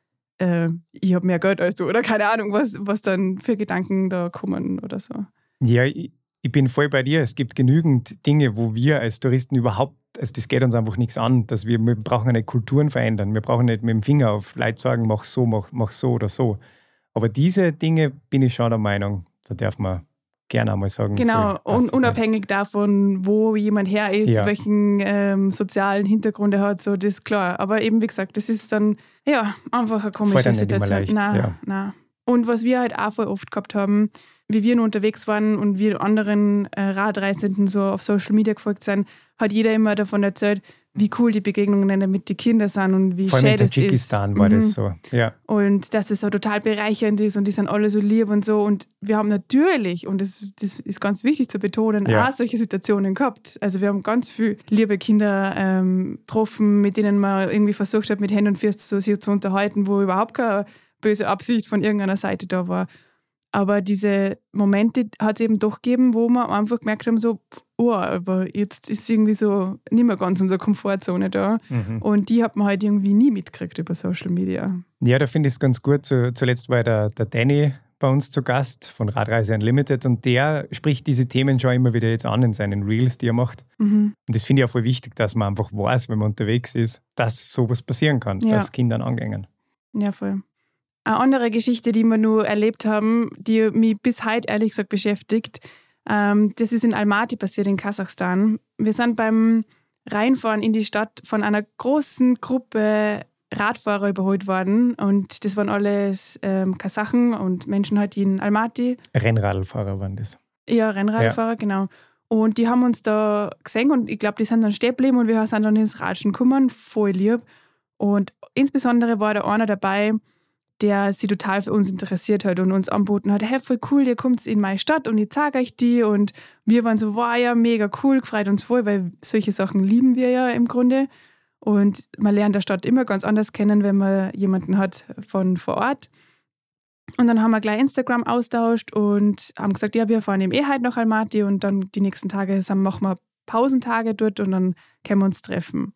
äh, ich habe mehr Geld als du oder keine Ahnung, was, was dann für Gedanken da kommen oder so. Ja, ich, ich bin voll bei dir. Es gibt genügend Dinge, wo wir als Touristen überhaupt, also das geht uns einfach nichts an, dass wir, wir brauchen nicht Kulturen verändern. Wir brauchen nicht mit dem Finger auf Leute sagen, mach so, mach, mach so oder so. Aber diese Dinge bin ich schon der Meinung, da darf man gerne einmal sagen. Genau, so, passt un das unabhängig davon, wo jemand her ist, Ja. welchen ähm, sozialen Hintergrund er hat, so das ist klar. Aber eben, wie gesagt, das ist dann ja einfach eine komische Fällt einem nicht immer Situation. leicht, Nein, ja. nein. Und was wir halt auch voll oft gehabt haben, wie wir nur unterwegs waren und wir anderen äh, Radreisenden so auf Social Media gefolgt sind, hat jeder immer davon erzählt, wie cool die Begegnungen mit den Kindern sind und wie Vor allem schön in das ist. Tadschikistan war Mhm. das so. Ja. Und dass das so total bereichernd ist und die sind alle so lieb und so. Und wir haben natürlich, und das, das ist ganz wichtig zu betonen, Ja. auch solche Situationen gehabt. Also wir haben ganz viele liebe Kinder ähm, getroffen, mit denen man irgendwie versucht hat, mit Händen und Füßen so sich zu unterhalten, wo überhaupt keine böse Absicht von irgendeiner Seite da war. Aber diese Momente hat es eben doch gegeben, wo wir einfach gemerkt haben, so, oh, aber jetzt ist irgendwie so nicht mehr ganz unsere Komfortzone da. Mhm. Und die hat man halt irgendwie nie mitgekriegt über Social Media. Ja, da finde ich es ganz gut. Zu, zuletzt war der, der Danny bei uns zu Gast von Radreise Unlimited und der spricht diese Themen schon immer wieder jetzt an in seinen Reels, die er macht. Mhm. Und das finde ich auch voll wichtig, dass man einfach weiß, wenn man unterwegs ist, dass sowas passieren kann, Ja. dass Kindern angehen. Ja, voll. Eine andere Geschichte, die wir nur erlebt haben, die mich bis heute ehrlich gesagt beschäftigt, ähm, das ist in Almaty passiert, in Kasachstan. Wir sind beim Reinfahren in die Stadt von einer großen Gruppe Radfahrer überholt worden und das waren alles ähm, Kasachen und Menschen halt in Almaty. Rennradlfahrer waren das. Ja, Rennradfahrer, genau. Und die haben uns da gesehen und ich glaube, die sind dann stehen geblieben und wir sind dann ins Ratschen gekommen, voll lieb. Und insbesondere war da einer dabei, der sich total für uns interessiert hat und uns angeboten hat, hey, voll cool, ihr kommt in meine Stadt und ich zeige euch die. Und wir waren so, wow, ja, mega cool, gefreut uns voll, weil solche Sachen lieben wir ja im Grunde. Und man lernt der Stadt immer ganz anders kennen, wenn man jemanden hat von vor Ort. Und dann haben wir gleich Instagram austauscht und haben gesagt, ja, wir fahren eben eh heute nach Almaty und dann die nächsten Tage sind, machen wir Pausentage dort und dann können wir uns treffen.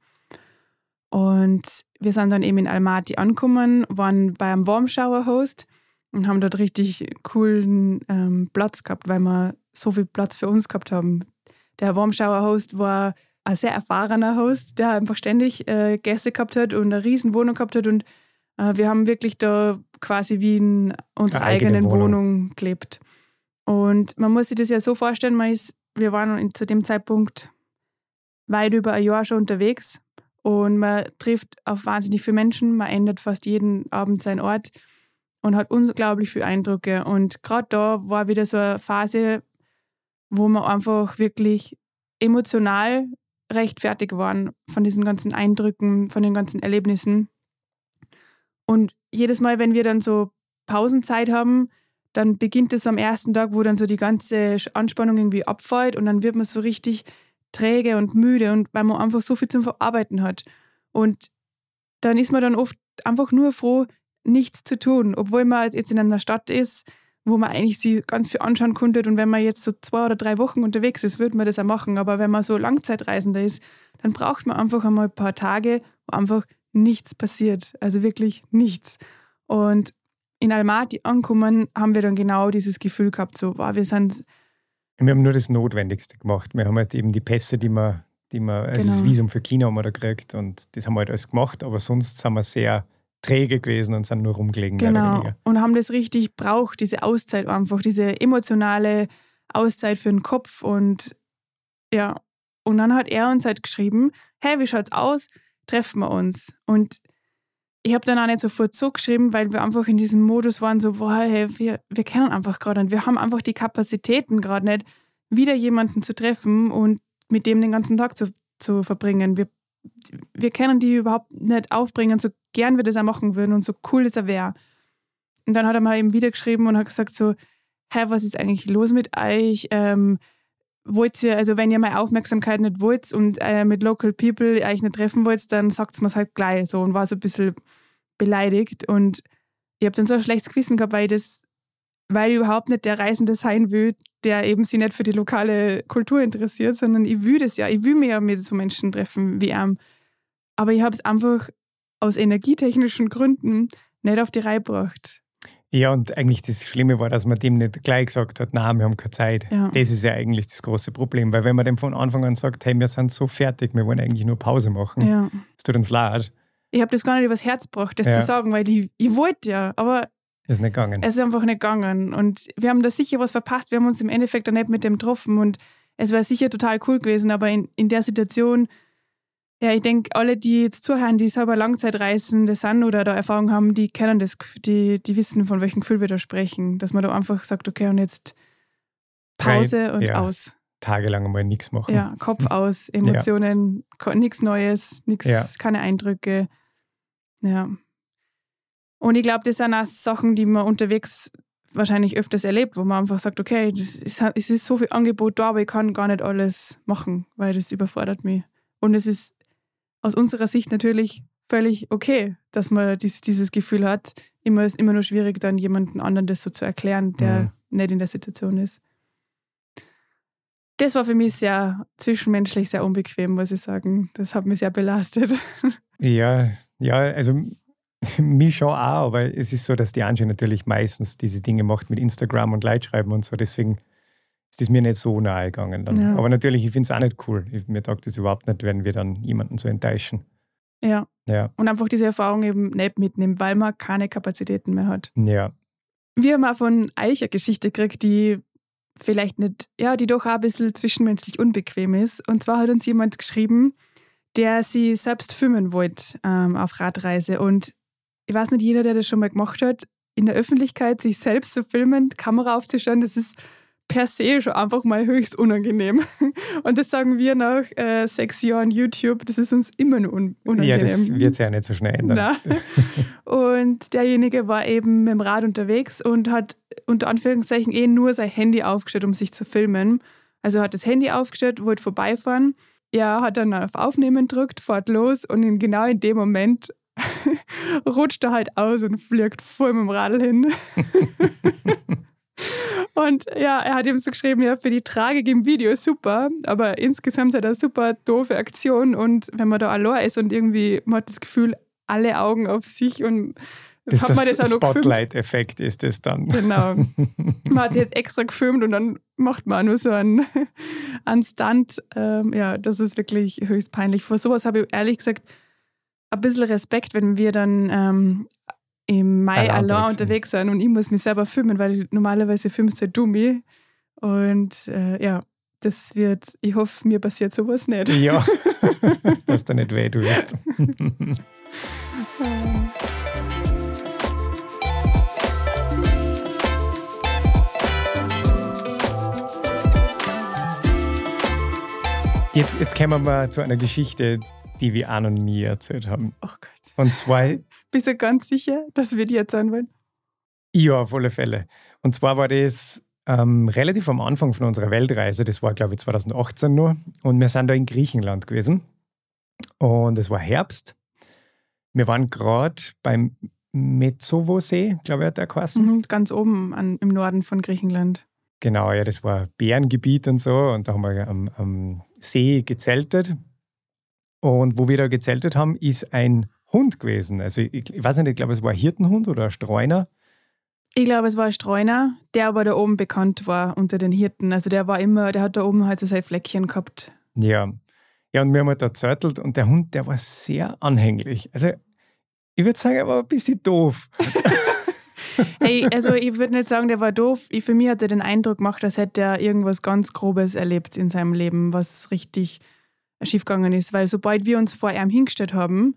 Und wir sind dann eben in Almaty angekommen, waren bei einem Warm Shower Host und haben dort richtig coolen ähm, Platz gehabt, weil wir so viel Platz für uns gehabt haben. Der Warm Shower Host war ein sehr erfahrener Host, der einfach ständig äh, Gäste gehabt hat und eine riesen Wohnung gehabt hat und äh, wir haben wirklich da quasi wie in unserer eigene eigenen Wohnung. Wohnung gelebt. Und man muss sich das ja so vorstellen, man ist, wir waren zu dem Zeitpunkt weit über ein Jahr schon unterwegs und man trifft auf wahnsinnig viele Menschen, man ändert fast jeden Abend seinen Ort und hat unglaublich viele Eindrücke. Und gerade da war wieder so eine Phase, wo wir einfach wirklich emotional recht fertig waren von diesen ganzen Eindrücken, von den ganzen Erlebnissen. Und jedes Mal, wenn wir dann so Pausenzeit haben, dann beginnt es am ersten Tag, wo dann so die ganze Anspannung irgendwie abfällt und dann wird man so richtig träge und müde und weil man einfach so viel zum Verarbeiten hat. Und dann ist man dann oft einfach nur froh, nichts zu tun, obwohl man jetzt in einer Stadt ist, wo man eigentlich sie ganz viel anschauen konnte und wenn man jetzt so zwei oder drei Wochen unterwegs ist, würde man das auch machen, aber wenn man so Langzeitreisender ist, dann braucht man einfach einmal ein paar Tage, wo einfach nichts passiert, also wirklich nichts. Und in Almaty angekommen, haben wir dann genau dieses Gefühl gehabt, so, wow, wir sind... Wir haben nur das Notwendigste gemacht. Wir haben halt eben die Pässe, die wir, die wir also Genau. das Visum für China haben wir da gekriegt und das haben wir halt alles gemacht, aber sonst sind wir sehr träge gewesen und sind nur rumgelegen, mehr oder Genau, weniger. und haben das richtig braucht, diese Auszeit einfach, diese emotionale Auszeit für den Kopf und ja, und dann hat er uns halt geschrieben, hey, wie schaut's aus? Treffen wir uns. Und ich habe dann auch nicht sofort so geschrieben, weil wir einfach in diesem Modus waren, so, boah, hey, wir, wir kennen einfach gerade und wir haben einfach die Kapazitäten gerade nicht, wieder jemanden zu treffen und mit dem den ganzen Tag zu, zu verbringen. Wir, wir können die überhaupt nicht aufbringen, so gern wir das auch machen würden und so cool das er wäre. Und dann hat er mal eben wieder geschrieben und hat gesagt so, hey, was ist eigentlich los mit euch? Ähm, wollt ihr, also wenn ihr meine Aufmerksamkeit nicht wollt und äh, mit Local People euch nicht treffen wollt, dann sagt es mir halt gleich so und war so ein bisschen beleidigt und ich habe dann so ein schlechtes Gewissen gehabt, weil ich das, weil ich überhaupt nicht der Reisende sein will, der eben sich nicht für die lokale Kultur interessiert, sondern ich will das ja, ich will mich ja mit so Menschen treffen wie er. Aber ich habe es einfach aus energietechnischen Gründen nicht auf die Reihe gebracht. Ja, und eigentlich das Schlimme war, dass man dem nicht gleich gesagt hat, nein, wir haben keine Zeit. Ja. Das ist ja eigentlich das große Problem, weil wenn man dem von Anfang an sagt, hey, wir sind so fertig, wir wollen eigentlich nur Pause machen, Ja. es tut uns leid. Ich habe das gar nicht übers Herz gebracht, das Ja. zu sagen, weil ich, ich wollte ja, aber Ist nicht gegangen. es ist einfach nicht gegangen. Und wir haben da sicher was verpasst, wir haben uns im Endeffekt dann nicht mit dem getroffen und es wäre sicher total cool gewesen, aber in, in der Situation, ja, ich denke, alle, die jetzt zuhören, die selber Langzeitreisende sind oder da Erfahrung haben, die kennen das, die, die wissen, von welchem Gefühl wir da sprechen. Dass man da einfach sagt, okay, und jetzt Pause Drei- und ja. aus. Tagelang mal nichts machen. Ja, Kopf aus, Emotionen, ja. Nichts Neues, nix, Ja. keine Eindrücke. Ja. Und ich glaube, das sind auch Sachen, die man unterwegs wahrscheinlich öfters erlebt, wo man einfach sagt, okay, das ist, es ist so viel Angebot da, aber ich kann gar nicht alles machen, weil das überfordert mich. Und es ist aus unserer Sicht natürlich völlig okay, dass man dies, dieses Gefühl hat. Immer ist immer nur schwierig, dann jemanden anderen das so zu erklären, der Mhm. nicht in der Situation ist. Das war für mich sehr zwischenmenschlich sehr unbequem, muss ich sagen. Das hat mich sehr belastet. Ja, ja, also mich schon auch, aber es ist so, dass die Angie natürlich meistens diese Dinge macht mit Instagram und Leitschreiben und so, deswegen ist es mir nicht so nahe gegangen dann. Ja. Aber natürlich, ich finde es auch nicht cool. Ich, mir taugt das überhaupt nicht, wenn wir dann jemanden so enttäuschen. Ja. Ja, Und einfach diese Erfahrung eben nicht mitnehmen, weil man keine Kapazitäten mehr hat. ja. Wir haben auch von euch eine Geschichte gekriegt, die vielleicht nicht, ja, die doch auch ein bisschen zwischenmenschlich unbequem ist. Und zwar hat uns jemand geschrieben, der sie selbst filmen wollte ähm, auf Radreise. Und ich weiß nicht, jeder, der das schon mal gemacht hat, in der Öffentlichkeit sich selbst zu filmen, die Kamera aufzustellen, das ist per se schon einfach mal höchst unangenehm. Und das sagen wir nach äh, sechs Jahren YouTube, das ist uns immer nur un- unangenehm. Ja, das wird sich ja nicht so schnell ändern. Nein. Und derjenige war eben mit dem Rad unterwegs und hat unter Anführungszeichen eh nur sein Handy aufgestellt, um sich zu filmen. Also hat das Handy aufgestellt, wollte vorbeifahren. Er hat dann auf Aufnehmen gedrückt, fährt los und in, genau in dem Moment rutscht er halt aus und fliegt voll mit dem Radl hin. Und ja, er hat ihm so geschrieben, ja, für die Tragik im Video super, aber insgesamt hat er eine super doofe Aktion und wenn man da allein ist und irgendwie, man hat das Gefühl, alle Augen auf sich und jetzt das hat man das auch noch gefilmt. Spotlight-Effekt ist das dann. Genau. Man hat es jetzt extra gefilmt und dann macht man auch nur so einen, einen Stunt. Ähm, ja, das ist wirklich höchst peinlich. Vor sowas habe ich ehrlich gesagt ein bisschen Respekt, wenn wir dann ähm, im Mai Allein allein unterwegs unterwegs sind und ich muss mich selber filmen, weil normalerweise filmst halt du mich. Und äh, ja, das wird, ich hoffe, mir passiert sowas nicht. Ja, dass du nicht weh tust. Jetzt, jetzt kommen wir mal zu einer Geschichte, die wir auch noch nie erzählt haben. Oh Gott. Und zwar, Bist du ganz sicher, dass wir die erzählen wollen? ja, auf alle Fälle. Und zwar war das ähm, relativ am Anfang von unserer Weltreise, das war glaube ich zwanzig achtzehn nur, und wir sind da in Griechenland gewesen. Und es war Herbst. Wir waren gerade beim Metsovo-See, glaube ich, hat der geheißen. Mhm, ganz oben an, im Norden von Griechenland. Genau, ja, das war Bärengebiet und so. Und da haben wir am, am See gezeltet. Und wo wir da gezeltet haben, ist ein Hund gewesen. Also ich, ich weiß nicht, ich glaube, es war ein Hirtenhund oder ein Streuner. Ich glaube, es war ein Streuner, der aber da oben bekannt war unter den Hirten. Also der war immer, der hat da oben halt so sein Fleckchen gehabt. Ja. Ja, und wir haben halt da gezörtelt und der Hund, der war sehr anhänglich. Also ich würde sagen, er war ein bisschen doof. Hey, also ich würde nicht sagen, der war doof. Ich, für mich hat er den Eindruck gemacht, als hätte er irgendwas ganz Grobes erlebt in seinem Leben, was richtig schiefgegangen ist. Weil sobald wir uns vor ihm hingestellt haben,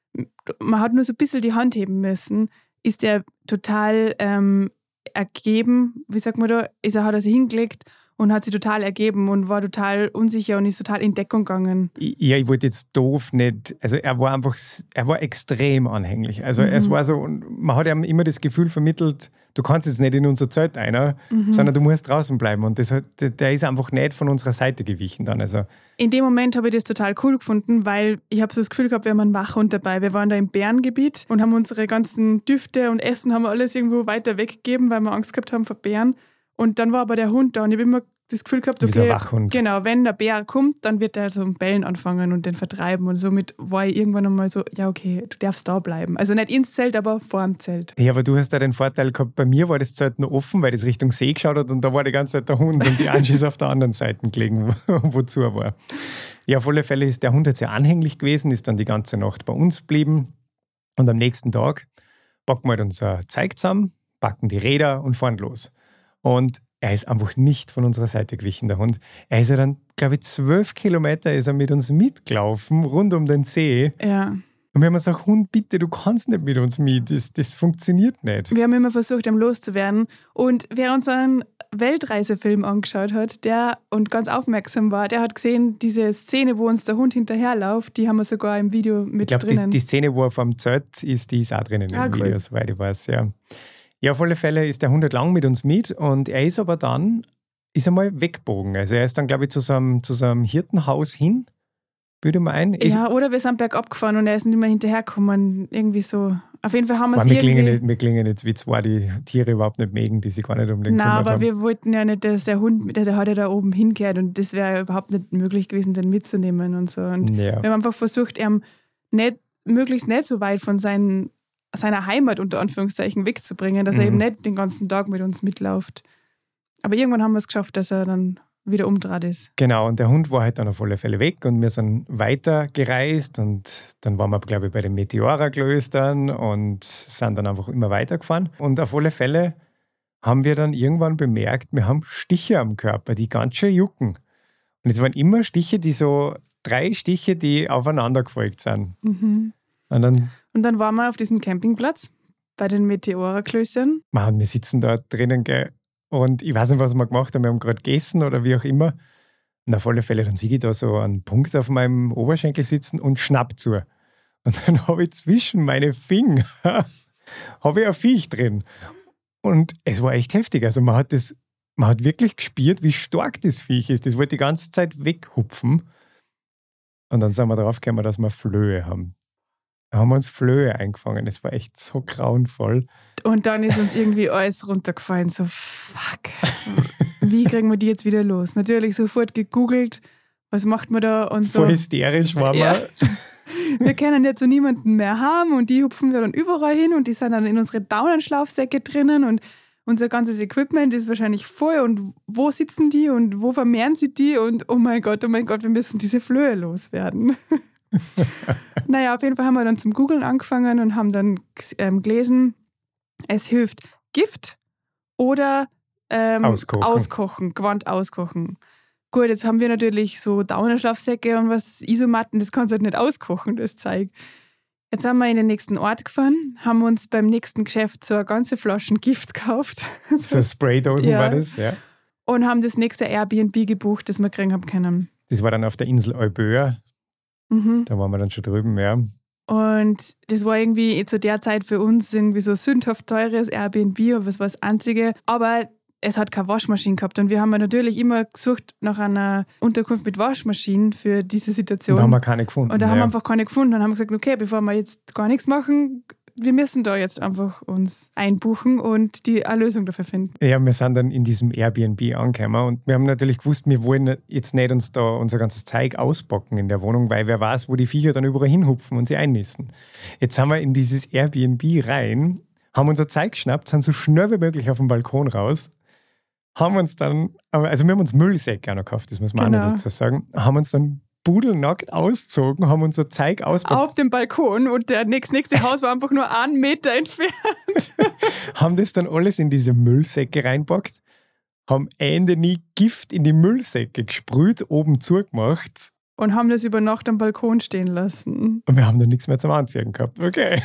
man hat nur so ein bisschen die Hand heben müssen, ist er total ähm, ergeben, wie sagt man da, ist er, hat er sich hingelegt und hat sich total ergeben und war total unsicher und ist total in Deckung gegangen. Ja, ich wollte jetzt doof nicht, also er war einfach, er war extrem anhänglich. Also mhm. es war so, man hat ihm immer das Gefühl vermittelt, du kannst jetzt nicht in unser Zelt einer, mhm. sondern du musst draußen bleiben und das hat, der ist einfach nicht von unserer Seite gewichen dann. Also in dem Moment habe ich das total cool gefunden, weil ich habe so das Gefühl gehabt, wir haben einen Wachhund dabei. Wir waren da im Bärengebiet und haben unsere ganzen Düfte und Essen haben wir alles irgendwo weiter weggegeben, weil wir Angst gehabt haben vor Bären. Und dann war aber der Hund da und ich habe immer das Gefühl gehabt, okay, wie so ein Wachhund. Genau, wenn der Bär kommt, dann wird er so ein Bellen anfangen und den vertreiben. Und somit war ich irgendwann einmal so, ja okay, du darfst da bleiben. Also nicht ins Zelt, aber vor dem Zelt. Ja, aber du hast da den Vorteil gehabt, bei mir war das Zelt noch offen, weil das Richtung See geschaut hat und da war die ganze Zeit der Hund und die Angie ist auf der anderen Seite gelegen, wo zu war. Ja, auf alle Fälle ist der Hund jetzt sehr anhänglich gewesen, ist dann die ganze Nacht bei uns geblieben und am nächsten Tag packen wir halt unser Zeug zusammen, packen die Räder und fahren los. Und er ist einfach nicht von unserer Seite gewichen, der Hund. Er ist ja dann, glaube ich, zwölf Kilometer ist er mit uns mitgelaufen, rund um den See. Ja. Und wir haben gesagt, Hund, bitte, du kannst nicht mit uns mit. Das, das funktioniert nicht. Wir haben immer versucht, ihm loszuwerden. Und wer uns einen Weltreisefilm angeschaut hat, der und ganz aufmerksam war, der hat gesehen, diese Szene, wo uns der Hund hinterherläuft, die haben wir sogar im Video mit ich glaub, drinnen. Die, die Szene, wo er vom Zelt ist, die ist auch drinnen ah, im cool. Video, soweit ich weiß, ja. Ja, auf alle Fälle ist der Hund halt lang mit uns mit und er ist aber dann, ist einmal weggebogen. Also er ist dann, glaube ich, zu so einem, zu so einem Hirtenhaus hin, würde man ein. Ja, oder wir sind bergab gefahren und er ist nicht mehr hinterhergekommen. Irgendwie so. Auf jeden Fall haben wir es wir irgendwie... Klingen nicht, wir klingen jetzt wie zwei, die Tiere überhaupt nicht mögen, die sich gar nicht um den Nein, kümmern aber haben. wir wollten ja nicht, dass der Hund, der hat ja da oben hingehört und das wäre überhaupt nicht möglich gewesen, den mitzunehmen und so. Und Ja. wir haben einfach versucht, ihm nicht, möglichst nicht so weit von seinen seiner Heimat unter Anführungszeichen wegzubringen, dass er Mhm. eben nicht den ganzen Tag mit uns mitläuft. Aber irgendwann haben wir es geschafft, dass er dann wieder umdraht ist. Genau, und der Hund war halt dann auf alle Fälle weg und wir sind weiter gereist und dann waren wir, glaube ich, bei den Meteora-Klöstern und sind dann einfach immer weitergefahren. Und auf alle Fälle haben wir dann irgendwann bemerkt, wir haben Stiche am Körper, die ganz schön jucken. Und es waren immer Stiche, die so, drei Stiche, die aufeinander gefolgt sind. Mhm. Und dann Und dann waren wir auf diesem Campingplatz bei den Meteora-Klöstern. Mann, wir sitzen da drinnen, gell? Und ich weiß nicht, was wir gemacht haben. Wir haben gerade gegessen oder wie auch immer. Und auf alle Fälle, dann sehe ich da so einen Punkt auf meinem Oberschenkel sitzen und schnapp zu. Und dann habe ich zwischen meine Finger habe ich ein Viech drin. Und es war echt heftig. Also man hat das, man hat wirklich gespürt, wie stark das Viech ist. Das wollte die ganze Zeit weghupfen. Und dann sind wir drauf gekommen, dass wir Flöhe haben. Da haben wir uns Flöhe eingefangen. Das war echt so grauenvoll. Und dann ist uns irgendwie alles runtergefallen. So, fuck, wie kriegen wir die jetzt wieder los? Natürlich sofort gegoogelt, was macht man da? Und so. Voll hysterisch waren wir. Ja. Wir können jetzt so niemanden mehr haben und die hupfen wir dann überall hin und die sind dann in unsere Daunenschlafsäcke drinnen und unser ganzes Equipment ist wahrscheinlich voll und wo sitzen die und wo vermehren sie die und oh mein Gott, oh mein Gott, wir müssen diese Flöhe loswerden. Naja, auf jeden Fall haben wir dann zum Googlen angefangen und haben dann ähm, gelesen, es hilft Gift oder ähm, auskochen. auskochen, Gewand auskochen. Gut, jetzt haben wir natürlich so Daunenschlafsäcke und was Isomatten, das kannst du halt nicht auskochen, das Zeug. Jetzt sind wir in den nächsten Ort gefahren, haben uns beim nächsten Geschäft so eine ganze Flasche Gift gekauft. So Spraydosen ja. war das, ja. Und haben das nächste Airbnb gebucht, das wir kriegen haben können. Das war dann auf der Insel Euböa. Mhm. Da waren wir dann schon drüben, ja. Und das war irgendwie zu der Zeit für uns irgendwie so sündhaft teures Airbnb, aber es war das Einzige. Aber es hat keine Waschmaschine gehabt und wir haben natürlich immer gesucht nach einer Unterkunft mit Waschmaschinen für diese Situation. Und da haben wir keine gefunden. Und da ja. haben wir einfach keine gefunden und haben gesagt, okay, bevor wir jetzt gar nichts machen, wir müssen da jetzt einfach uns einbuchen und die eine Lösung dafür finden. Ja, wir sind dann in diesem Airbnb angekommen und wir haben natürlich gewusst, wir wollen jetzt nicht uns da unser ganzes Zeug auspacken in der Wohnung, weil wer weiß, wo die Viecher dann überall hinhupfen und sie einnisten. Jetzt sind wir in dieses Airbnb rein, haben unser Zeug geschnappt, sind so schnell wie möglich auf den Balkon raus, haben uns dann, also wir haben uns Müllsäcke auch noch gekauft, das muss man Genau. auch noch dazu sagen, haben uns dann pudelnackt ausgezogen, haben unser Zeug auspackt. Auf dem Balkon und der nächste, nächste Haus war einfach nur einen Meter entfernt. Haben das dann alles in diese Müllsäcke reinpackt, haben Ende nie Gift in die Müllsäcke gesprüht, oben zugemacht. Und haben das über Nacht am Balkon stehen lassen. Und wir haben dann nichts mehr zum Anziehen gehabt. Okay.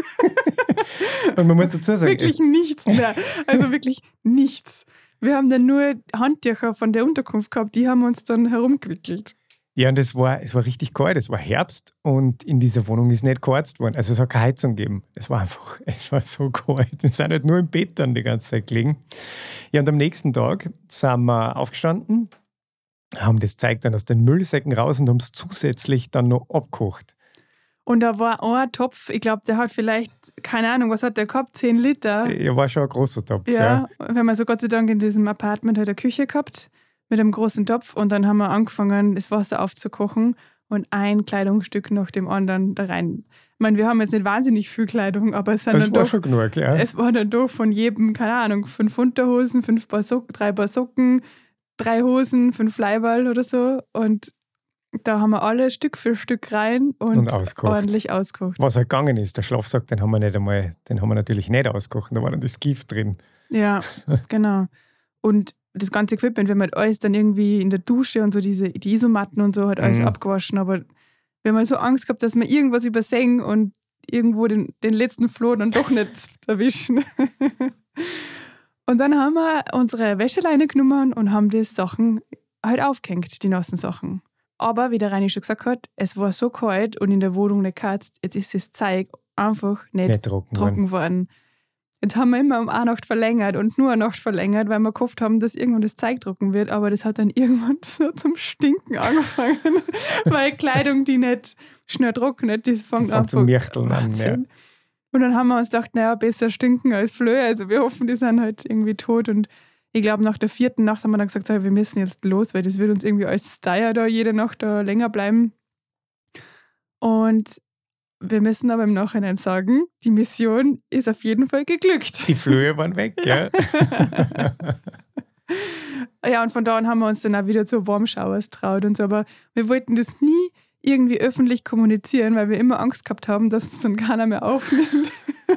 Und man muss dazu sagen, Wirklich nichts mehr. Also wirklich nichts. Wir haben dann nur Handtücher von der Unterkunft gehabt, die haben uns dann herumgewickelt. ja, und es war, es war richtig kalt, es war Herbst und in dieser Wohnung ist nicht geheizt worden. Also es hat keine Heizung gegeben. Es war einfach, es war so kalt. Wir sind halt nur im Bett dann die ganze Zeit gelegen. Ja, und am nächsten Tag sind wir aufgestanden, haben das Zeug dann aus den Müllsäcken raus und haben es zusätzlich dann noch abgekocht. Und da war ein Topf, ich glaube, der hat vielleicht, keine Ahnung, was hat der gehabt, zehn Liter. Ja, war schon ein großer Topf. Ja, Ja. wir haben also Gott sei Dank in diesem Apartment halt eine Küche gehabt mit einem großen Topf und dann haben wir angefangen, das Wasser aufzukochen und ein Kleidungsstück nach dem anderen da rein. Ich meine, wir haben jetzt nicht wahnsinnig viel Kleidung, aber es sind Das dann war doch, schon genug, ja. es war dann doch von jedem, keine Ahnung, fünf Unterhosen, fünf Paar Socken, drei Paar Socken, drei Hosen, fünf Leiberl oder so und da haben wir alle Stück für Stück rein und, Und auskocht. ordentlich auskocht. Was halt gegangen ist, der Schlafsack, den haben wir nicht einmal, den haben wir natürlich nicht ausgekocht, da war dann das Gift drin. Ja, genau. Und das ganze Equipment, wir haben halt alles dann irgendwie in der Dusche und so, diese, die Isomatten und so, halt alles Mhm. abgewaschen. Aber wir haben halt so Angst gehabt, dass wir irgendwas übersehen und irgendwo den, den letzten Floh dann doch nicht erwischen. Und dann haben wir unsere Wäscheleine genommen und haben die Sachen halt aufgehängt, die nassen Sachen. Aber wie der Reini schon gesagt hat, es war so kalt und in der Wohnung nicht geheizt, jetzt ist das Zeug einfach nicht, Nicht trocken, trocken worden. Jetzt haben wir immer um eine Nacht verlängert und nur eine Nacht verlängert, weil wir gehofft haben, dass irgendwann das Zeug trocken wird. Aber das hat dann irgendwann so zum Stinken angefangen, weil Kleidung, die nicht schnell trocknet, das fängt Die an fängt zum Mirchteln an, ja. Und dann haben wir uns gedacht, naja, besser stinken als Flöhe. Also wir hoffen, die sind halt irgendwie tot. Und ich glaube, nach der vierten Nacht haben wir dann gesagt, so, wir müssen jetzt los, weil das wird uns irgendwie als Steier da jede Nacht da länger bleiben. Und wir müssen aber im Nachhinein sagen, die Mission ist auf jeden Fall geglückt. Die Flöhe waren weg, ja. Ja, und von da an haben wir uns dann auch wieder zu Warm Showers traut und so. Aber wir wollten das nie irgendwie öffentlich kommunizieren, weil wir immer Angst gehabt haben, dass uns dann keiner mehr aufnimmt.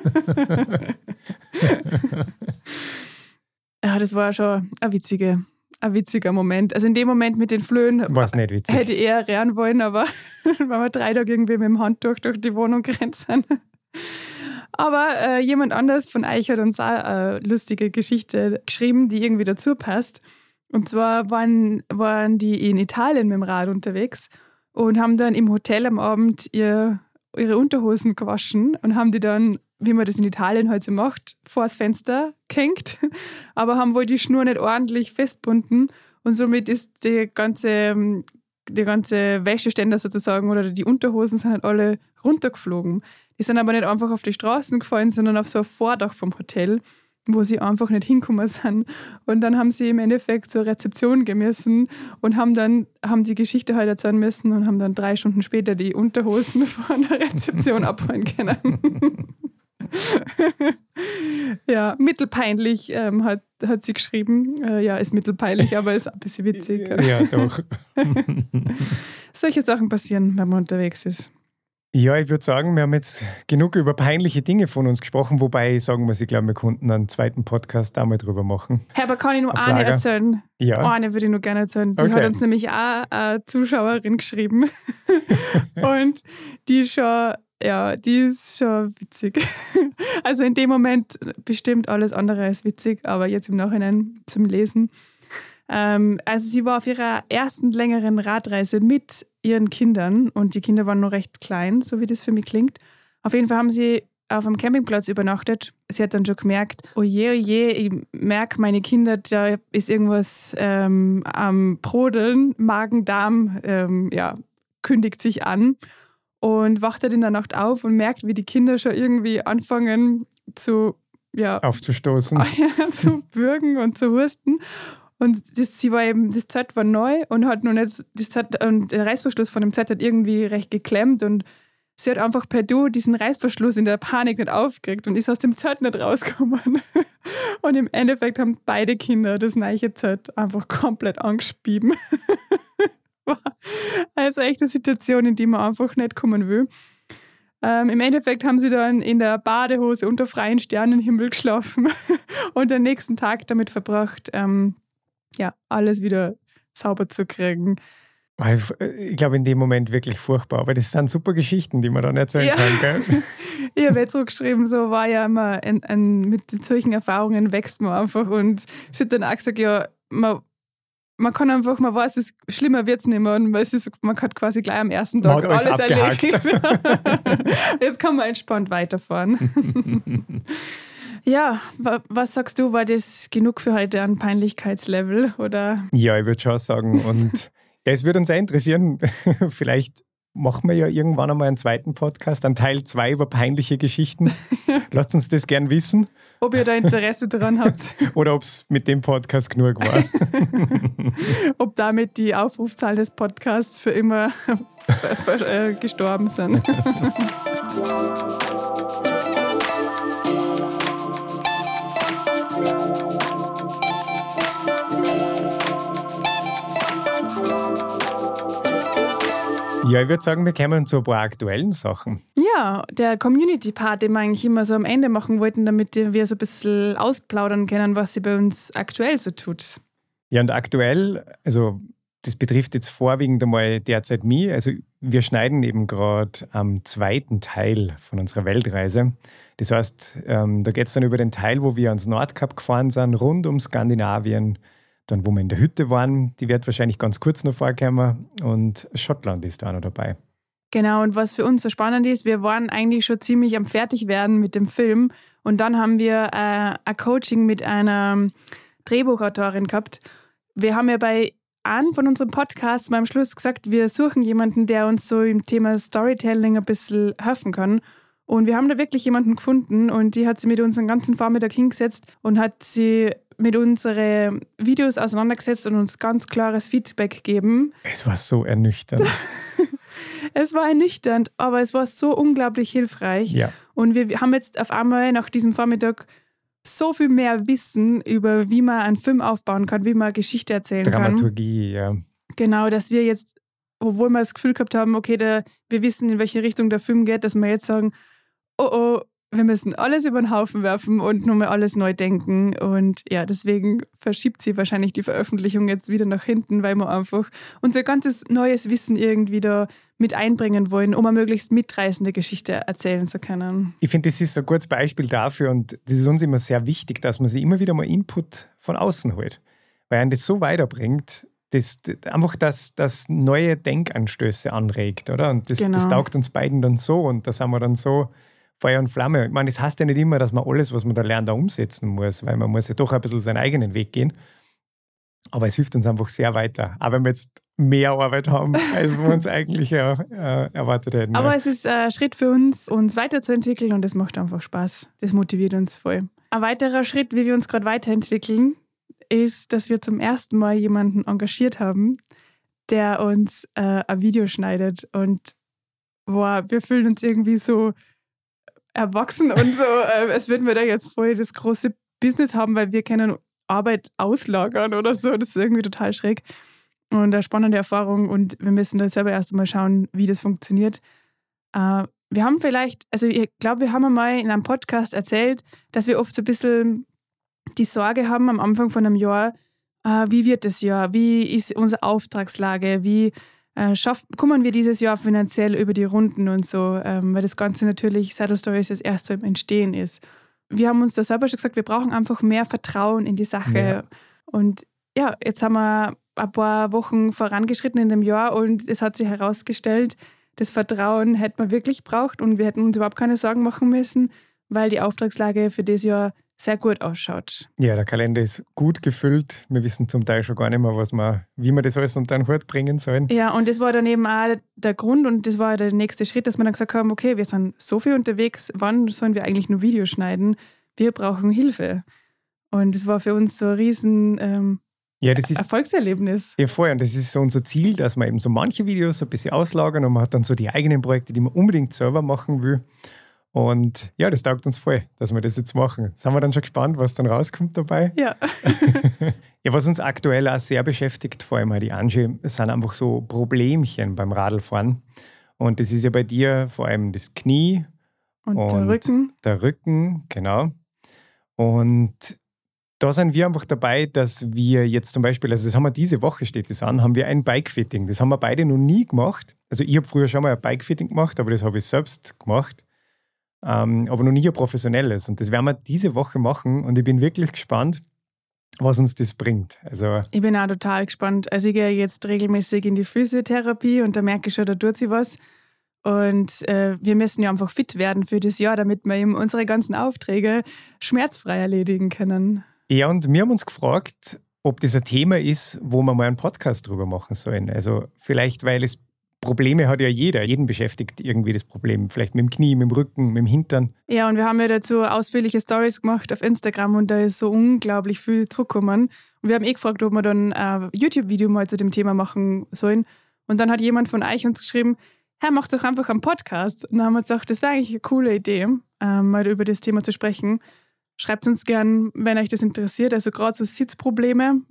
Ja, das war schon ein, witzige, ein witziger Moment. Also in dem Moment mit den Flöhen War es nicht witzig. hätte ich eher rennen wollen, aber weil wir drei Tage irgendwie mit dem Handtuch durch die Wohnung gerannt sind. Aber äh, jemand anders von euch hat uns auch eine lustige Geschichte geschrieben, die irgendwie dazu passt. Und zwar waren, waren die in Italien mit dem Rad unterwegs und haben dann im Hotel am Abend ihr, ihre Unterhosen gewaschen und haben die dann, wie man das in Italien halt so macht, vor das Fenster gehängt, aber haben wohl die Schnur nicht ordentlich festbunden und somit ist die ganze, die ganze Wäscheständer sozusagen oder die Unterhosen sind halt alle runtergeflogen. Die sind aber nicht einfach auf die Straßen gefallen, sondern auf so ein Vordach vom Hotel, wo sie einfach nicht hingekommen sind. Und dann haben sie im Endeffekt zur Rezeption gemessen und haben dann haben die Geschichte halt erzählen müssen und haben dann drei Stunden später die Unterhosen von der Rezeption abholen können. Ja, mittelpeinlich ähm, hat, hat sie geschrieben. Äh, ja, ist mittelpeinlich, aber ist ein bisschen witzig. Ja, doch. Solche Sachen passieren, wenn man unterwegs ist. Ja, ich würde sagen, wir haben jetzt genug über peinliche Dinge von uns gesprochen, wobei ich sagen muss, ich glaube, wir konnten einen zweiten Podcast da mal drüber machen. Hey, aber kann ich nur Auf eine Lager. erzählen? Ja. Eine würde ich nur gerne erzählen. Die Okay. hat uns nämlich auch eine Zuschauerin geschrieben. Und die ist schon, ja, die ist schon witzig. Also in dem Moment bestimmt alles andere als witzig, aber jetzt im Nachhinein zum Lesen. Ähm, also sie war auf ihrer ersten längeren Radreise mit ihren Kindern und die Kinder waren noch recht klein, so wie das für mich klingt. Auf jeden Fall haben sie auf einem Campingplatz übernachtet. Sie hat dann schon gemerkt, oh je, oh je, ich merke meine Kinder, da ist irgendwas ähm, am Brodeln, Magen-Darm, ähm, ja, kündigt sich an und wacht dann in der Nacht auf und merkt, wie die Kinder schon irgendwie anfangen zu, ja, Aufzustoßen. zu würgen und zu husten. Und das, sie war eben, das Zelt war neu und hat noch nicht, das Zelt, und der Reißverschluss von dem Zelt hat irgendwie recht geklemmt und sie hat einfach per Du diesen Reißverschluss in der Panik nicht aufgekriegt und ist aus dem Zelt nicht rausgekommen. Und im Endeffekt haben beide Kinder das neue Zelt einfach komplett angespieben. War also echt eine Situation, in die man einfach nicht kommen will. Ähm, Im Endeffekt haben sie dann in der Badehose unter freiem Sternenhimmel geschlafen und den nächsten Tag damit verbracht, ähm, ja, alles wieder sauber zu kriegen. Ich glaube, in dem Moment wirklich furchtbar. Aber das sind super Geschichten, die man dann erzählen Ja. kann, gell? Ich habe jetzt zurückgeschrieben, so war ja immer, ein, ein, mit solchen Erfahrungen wächst man einfach. Und sie hat dann auch gesagt, ja, man, man kann einfach, man weiß, es schlimmer wird es nicht mehr. Und es ist, man hat quasi gleich am ersten Tag Man hat alles alles abgehakt. erledigt. Jetzt kann man entspannt weiterfahren. Ja, wa- was sagst du, war das genug für heute an Peinlichkeitslevel? Oder? Ja, ich würde schon sagen. Und ja, es würde uns sehr interessieren, vielleicht machen wir ja irgendwann einmal einen zweiten Podcast, einen Teil zwei über peinliche Geschichten. Lasst uns das gern wissen. Ob ihr da Interesse daran habt, Oder ob es mit dem Podcast genug war. ob damit die Aufrufzahlen des Podcasts für immer äh, gestorben sind. Ja, ich würde sagen, wir kommen zu ein paar aktuellen Sachen. Ja, der Community-Part, den wir eigentlich immer so am Ende machen wollten, damit wir so ein bisschen ausplaudern können, was sie bei uns aktuell so tut. Ja, und aktuell, also das betrifft jetzt vorwiegend einmal derzeit mich. Also wir schneiden eben gerade am zweiten Teil von unserer Weltreise. Das heißt, ähm, da geht es dann über den Teil, wo wir ans Nordkap gefahren sind, rund um Skandinavien. Dann, wo wir in der Hütte waren, die wird wahrscheinlich ganz kurz noch vorkommen. Und Schottland ist da noch dabei. Genau, und was für uns so spannend ist, wir waren eigentlich schon ziemlich am Fertigwerden mit dem Film. Und dann haben wir äh, ein Coaching mit einer Drehbuchautorin gehabt. Wir haben ja bei einem von unseren Podcasts mal am Schluss gesagt, wir suchen jemanden, der uns so im Thema Storytelling ein bisschen helfen kann. Und wir haben da wirklich jemanden gefunden und die hat sie mit uns den ganzen Vormittag hingesetzt und hat sie mit unseren Videos auseinandergesetzt und uns ganz klares Feedback gegeben. Es war so ernüchternd. Es war ernüchternd, aber es war so unglaublich hilfreich. Ja. Und wir haben jetzt auf einmal nach diesem Vormittag so viel mehr Wissen über, wie man einen Film aufbauen kann, wie man eine Geschichte erzählen kann. Dramaturgie, ja. Genau, dass wir jetzt, obwohl wir das Gefühl gehabt haben, okay, der, wir wissen, in welche Richtung der Film geht, dass wir jetzt sagen, oh oh, wir müssen alles über den Haufen werfen und nochmal alles neu denken. Und ja, deswegen verschiebt sie wahrscheinlich die Veröffentlichung jetzt wieder nach hinten, weil wir einfach unser ganzes neues Wissen irgendwie da mit einbringen wollen, um eine möglichst mitreißende Geschichte erzählen zu können. Ich finde, das ist so ein gutes Beispiel dafür und das ist uns immer sehr wichtig, dass man sich immer wieder mal Input von außen holt, weil einen das so weiterbringt, dass einfach das, das neue Denkanstöße anregt, oder? Und das, Genau. das taugt uns beiden dann so und da sind wir dann so Feuer und Flamme. Ich meine, das heißt ja nicht immer, dass man alles, was man da lernt, auch umsetzen muss, weil man muss ja doch ein bisschen seinen eigenen Weg gehen. Aber es hilft uns einfach sehr weiter. Auch wenn wir jetzt mehr Arbeit haben, als wir uns eigentlich äh, äh, erwartet hätten. Aber ja. es ist ein Schritt für uns, uns weiterzuentwickeln und das macht einfach Spaß. Das motiviert uns voll. Ein weiterer Schritt, wie wir uns gerade weiterentwickeln, ist, dass wir zum ersten Mal jemanden engagiert haben, der uns äh, ein Video schneidet und boah, wir fühlen uns irgendwie so erwachsen und so, äh, als würden wir da jetzt voll das große Business haben, weil wir können Arbeit auslagern oder so. Das ist irgendwie total schräg und eine spannende Erfahrung und wir müssen da selber erst einmal schauen, wie das funktioniert. Äh, wir haben vielleicht, also ich glaube, wir haben einmal in einem Podcast erzählt, dass wir oft so ein bisschen die Sorge haben am Anfang von einem Jahr, äh, wie wird das Jahr, wie ist unsere Auftragslage, wie äh, schaff, kommen wir dieses Jahr finanziell über die Runden und so, ähm, weil das Ganze natürlich Saddle Stories das erste im Entstehen ist. Wir haben uns da selber schon gesagt, wir brauchen einfach mehr Vertrauen in die Sache. Ja. Und ja, jetzt haben wir ein paar Wochen vorangeschritten in dem Jahr und es hat sich herausgestellt, das Vertrauen hätte man wirklich braucht und wir hätten uns überhaupt keine Sorgen machen müssen, weil die Auftragslage für dieses Jahr sehr gut ausschaut. Ja, der Kalender ist gut gefüllt. Wir wissen zum Teil schon gar nicht mehr, was wir, wie wir das alles unter den Hut bringen sollen. Ja, und das war dann eben auch der Grund und das war der nächste Schritt, dass wir dann gesagt haben, okay, wir sind so viel unterwegs, wann sollen wir eigentlich nur Videos schneiden? Wir brauchen Hilfe. Und das war für uns so ein riesen ähm, ja, das ist, Erfolgserlebnis. Ja, voll. Und das ist so unser Ziel, dass wir eben so manche Videos ein bisschen auslagern und man hat dann so die eigenen Projekte, die man unbedingt selber machen will. Und ja, das taugt uns voll, dass wir das jetzt machen. Sind wir dann schon gespannt, was dann rauskommt dabei? Ja. Ja, was uns aktuell auch sehr beschäftigt, vor allem auch die Angie, sind einfach so Problemchen beim Radlfahren. Und das ist ja bei dir vor allem das Knie und, und der Rücken. Der Rücken, genau. Und da sind wir einfach dabei, dass wir jetzt zum Beispiel, also das haben wir diese Woche, steht das an, haben wir ein Bikefitting. Das haben wir beide noch nie gemacht. Also ich habe früher schon mal ein Bikefitting gemacht, aber das habe ich selbst gemacht. Ähm, aber noch nie ein professionelles. Und das werden wir diese Woche machen und ich bin wirklich gespannt, was uns das bringt. Also ich bin auch total gespannt. Also ich gehe jetzt regelmäßig in die Physiotherapie und da merke ich schon, da tut sich was. Und äh, wir müssen ja einfach fit werden für das Jahr, damit wir eben unsere ganzen Aufträge schmerzfrei erledigen können. Ja, und wir haben uns gefragt, ob das ein Thema ist, wo wir mal einen Podcast drüber machen sollen. Also vielleicht, weil es Probleme hat ja jeder. Jeden beschäftigt irgendwie das Problem. Vielleicht mit dem Knie, mit dem Rücken, mit dem Hintern. Ja, und wir haben ja dazu ausführliche Stories gemacht auf Instagram und da ist so unglaublich viel zurückgekommen. Und wir haben eh gefragt, ob wir dann ein YouTube-Video mal zu dem Thema machen sollen. Und dann hat jemand von euch uns geschrieben, Herr, macht doch einfach einen Podcast. Und dann haben wir gesagt, das wäre eigentlich eine coole Idee, ähm, mal über das Thema zu sprechen. Schreibt uns gern, wenn euch das interessiert. Also gerade so Sitzprobleme,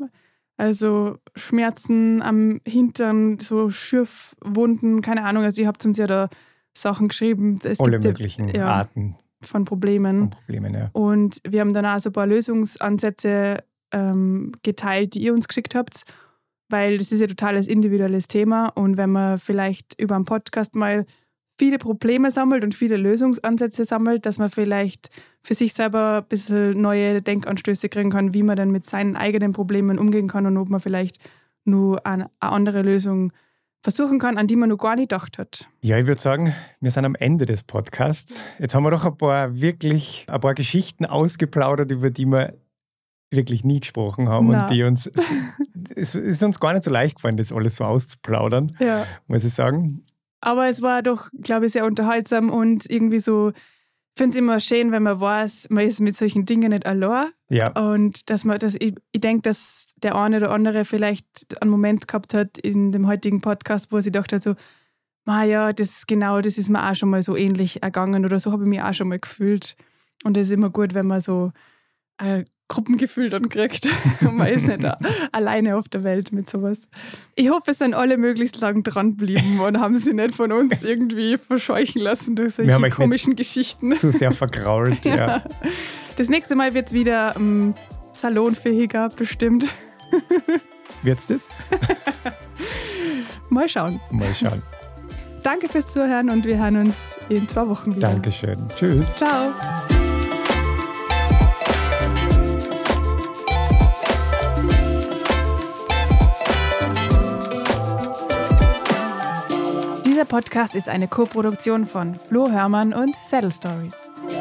also Schmerzen am Hintern, so Schürfwunden, keine Ahnung. Also ihr habt uns ja da Sachen geschrieben. Es Alle gibt möglichen ja, Arten von Problemen. von Problemen. Ja. Und wir haben dann auch so ein paar Lösungsansätze ähm, geteilt, die ihr uns geschickt habt, weil das ist ja total ein individuelles Thema. Und wenn man vielleicht über einen Podcast mal viele Probleme sammelt und viele Lösungsansätze sammelt, dass man vielleicht für sich selber ein bisschen neue Denkanstöße kriegen kann, wie man dann mit seinen eigenen Problemen umgehen kann und ob man vielleicht nur eine andere Lösung versuchen kann, an die man noch gar nicht gedacht hat. Ja, ich würde sagen, wir sind am Ende des Podcasts. Jetzt haben wir doch ein paar wirklich, ein paar Geschichten ausgeplaudert, über die wir wirklich nie gesprochen haben. Nein. Und die uns, es ist uns gar nicht so leicht gefallen, das alles so auszuplaudern, Ja. muss ich sagen. Aber es war doch, glaube ich, sehr unterhaltsam und irgendwie so, ich finde es immer schön, wenn man weiß, man ist mit solchen Dingen nicht allein. Ja. Und dass man, dass ich, ich denke, dass der eine oder andere vielleicht einen Moment gehabt hat in dem heutigen Podcast, wo er sich gedacht hat, so, ah ja, das ist genau, das ist mir auch schon mal so ähnlich ergangen oder so habe ich mich auch schon mal gefühlt. Und es ist immer gut, wenn man so ein Gruppengefühl dann kriegt und man ist nicht alleine auf der Welt mit sowas. Ich hoffe, es sind alle möglichst lang dranbleiben und haben sie nicht von uns irgendwie verscheuchen lassen durch solche komischen Geschichten. Zu sehr vergrault, ja. ja. Das nächste Mal wird es wieder um, salonfähiger bestimmt. Wird's das? Mal schauen. Mal schauen. Danke fürs Zuhören und wir hören uns in zwei Wochen wieder. Dankeschön. Tschüss. Ciao. Dieser Podcast ist eine Co-Produktion von Flo Hörmann und Saddle Stories.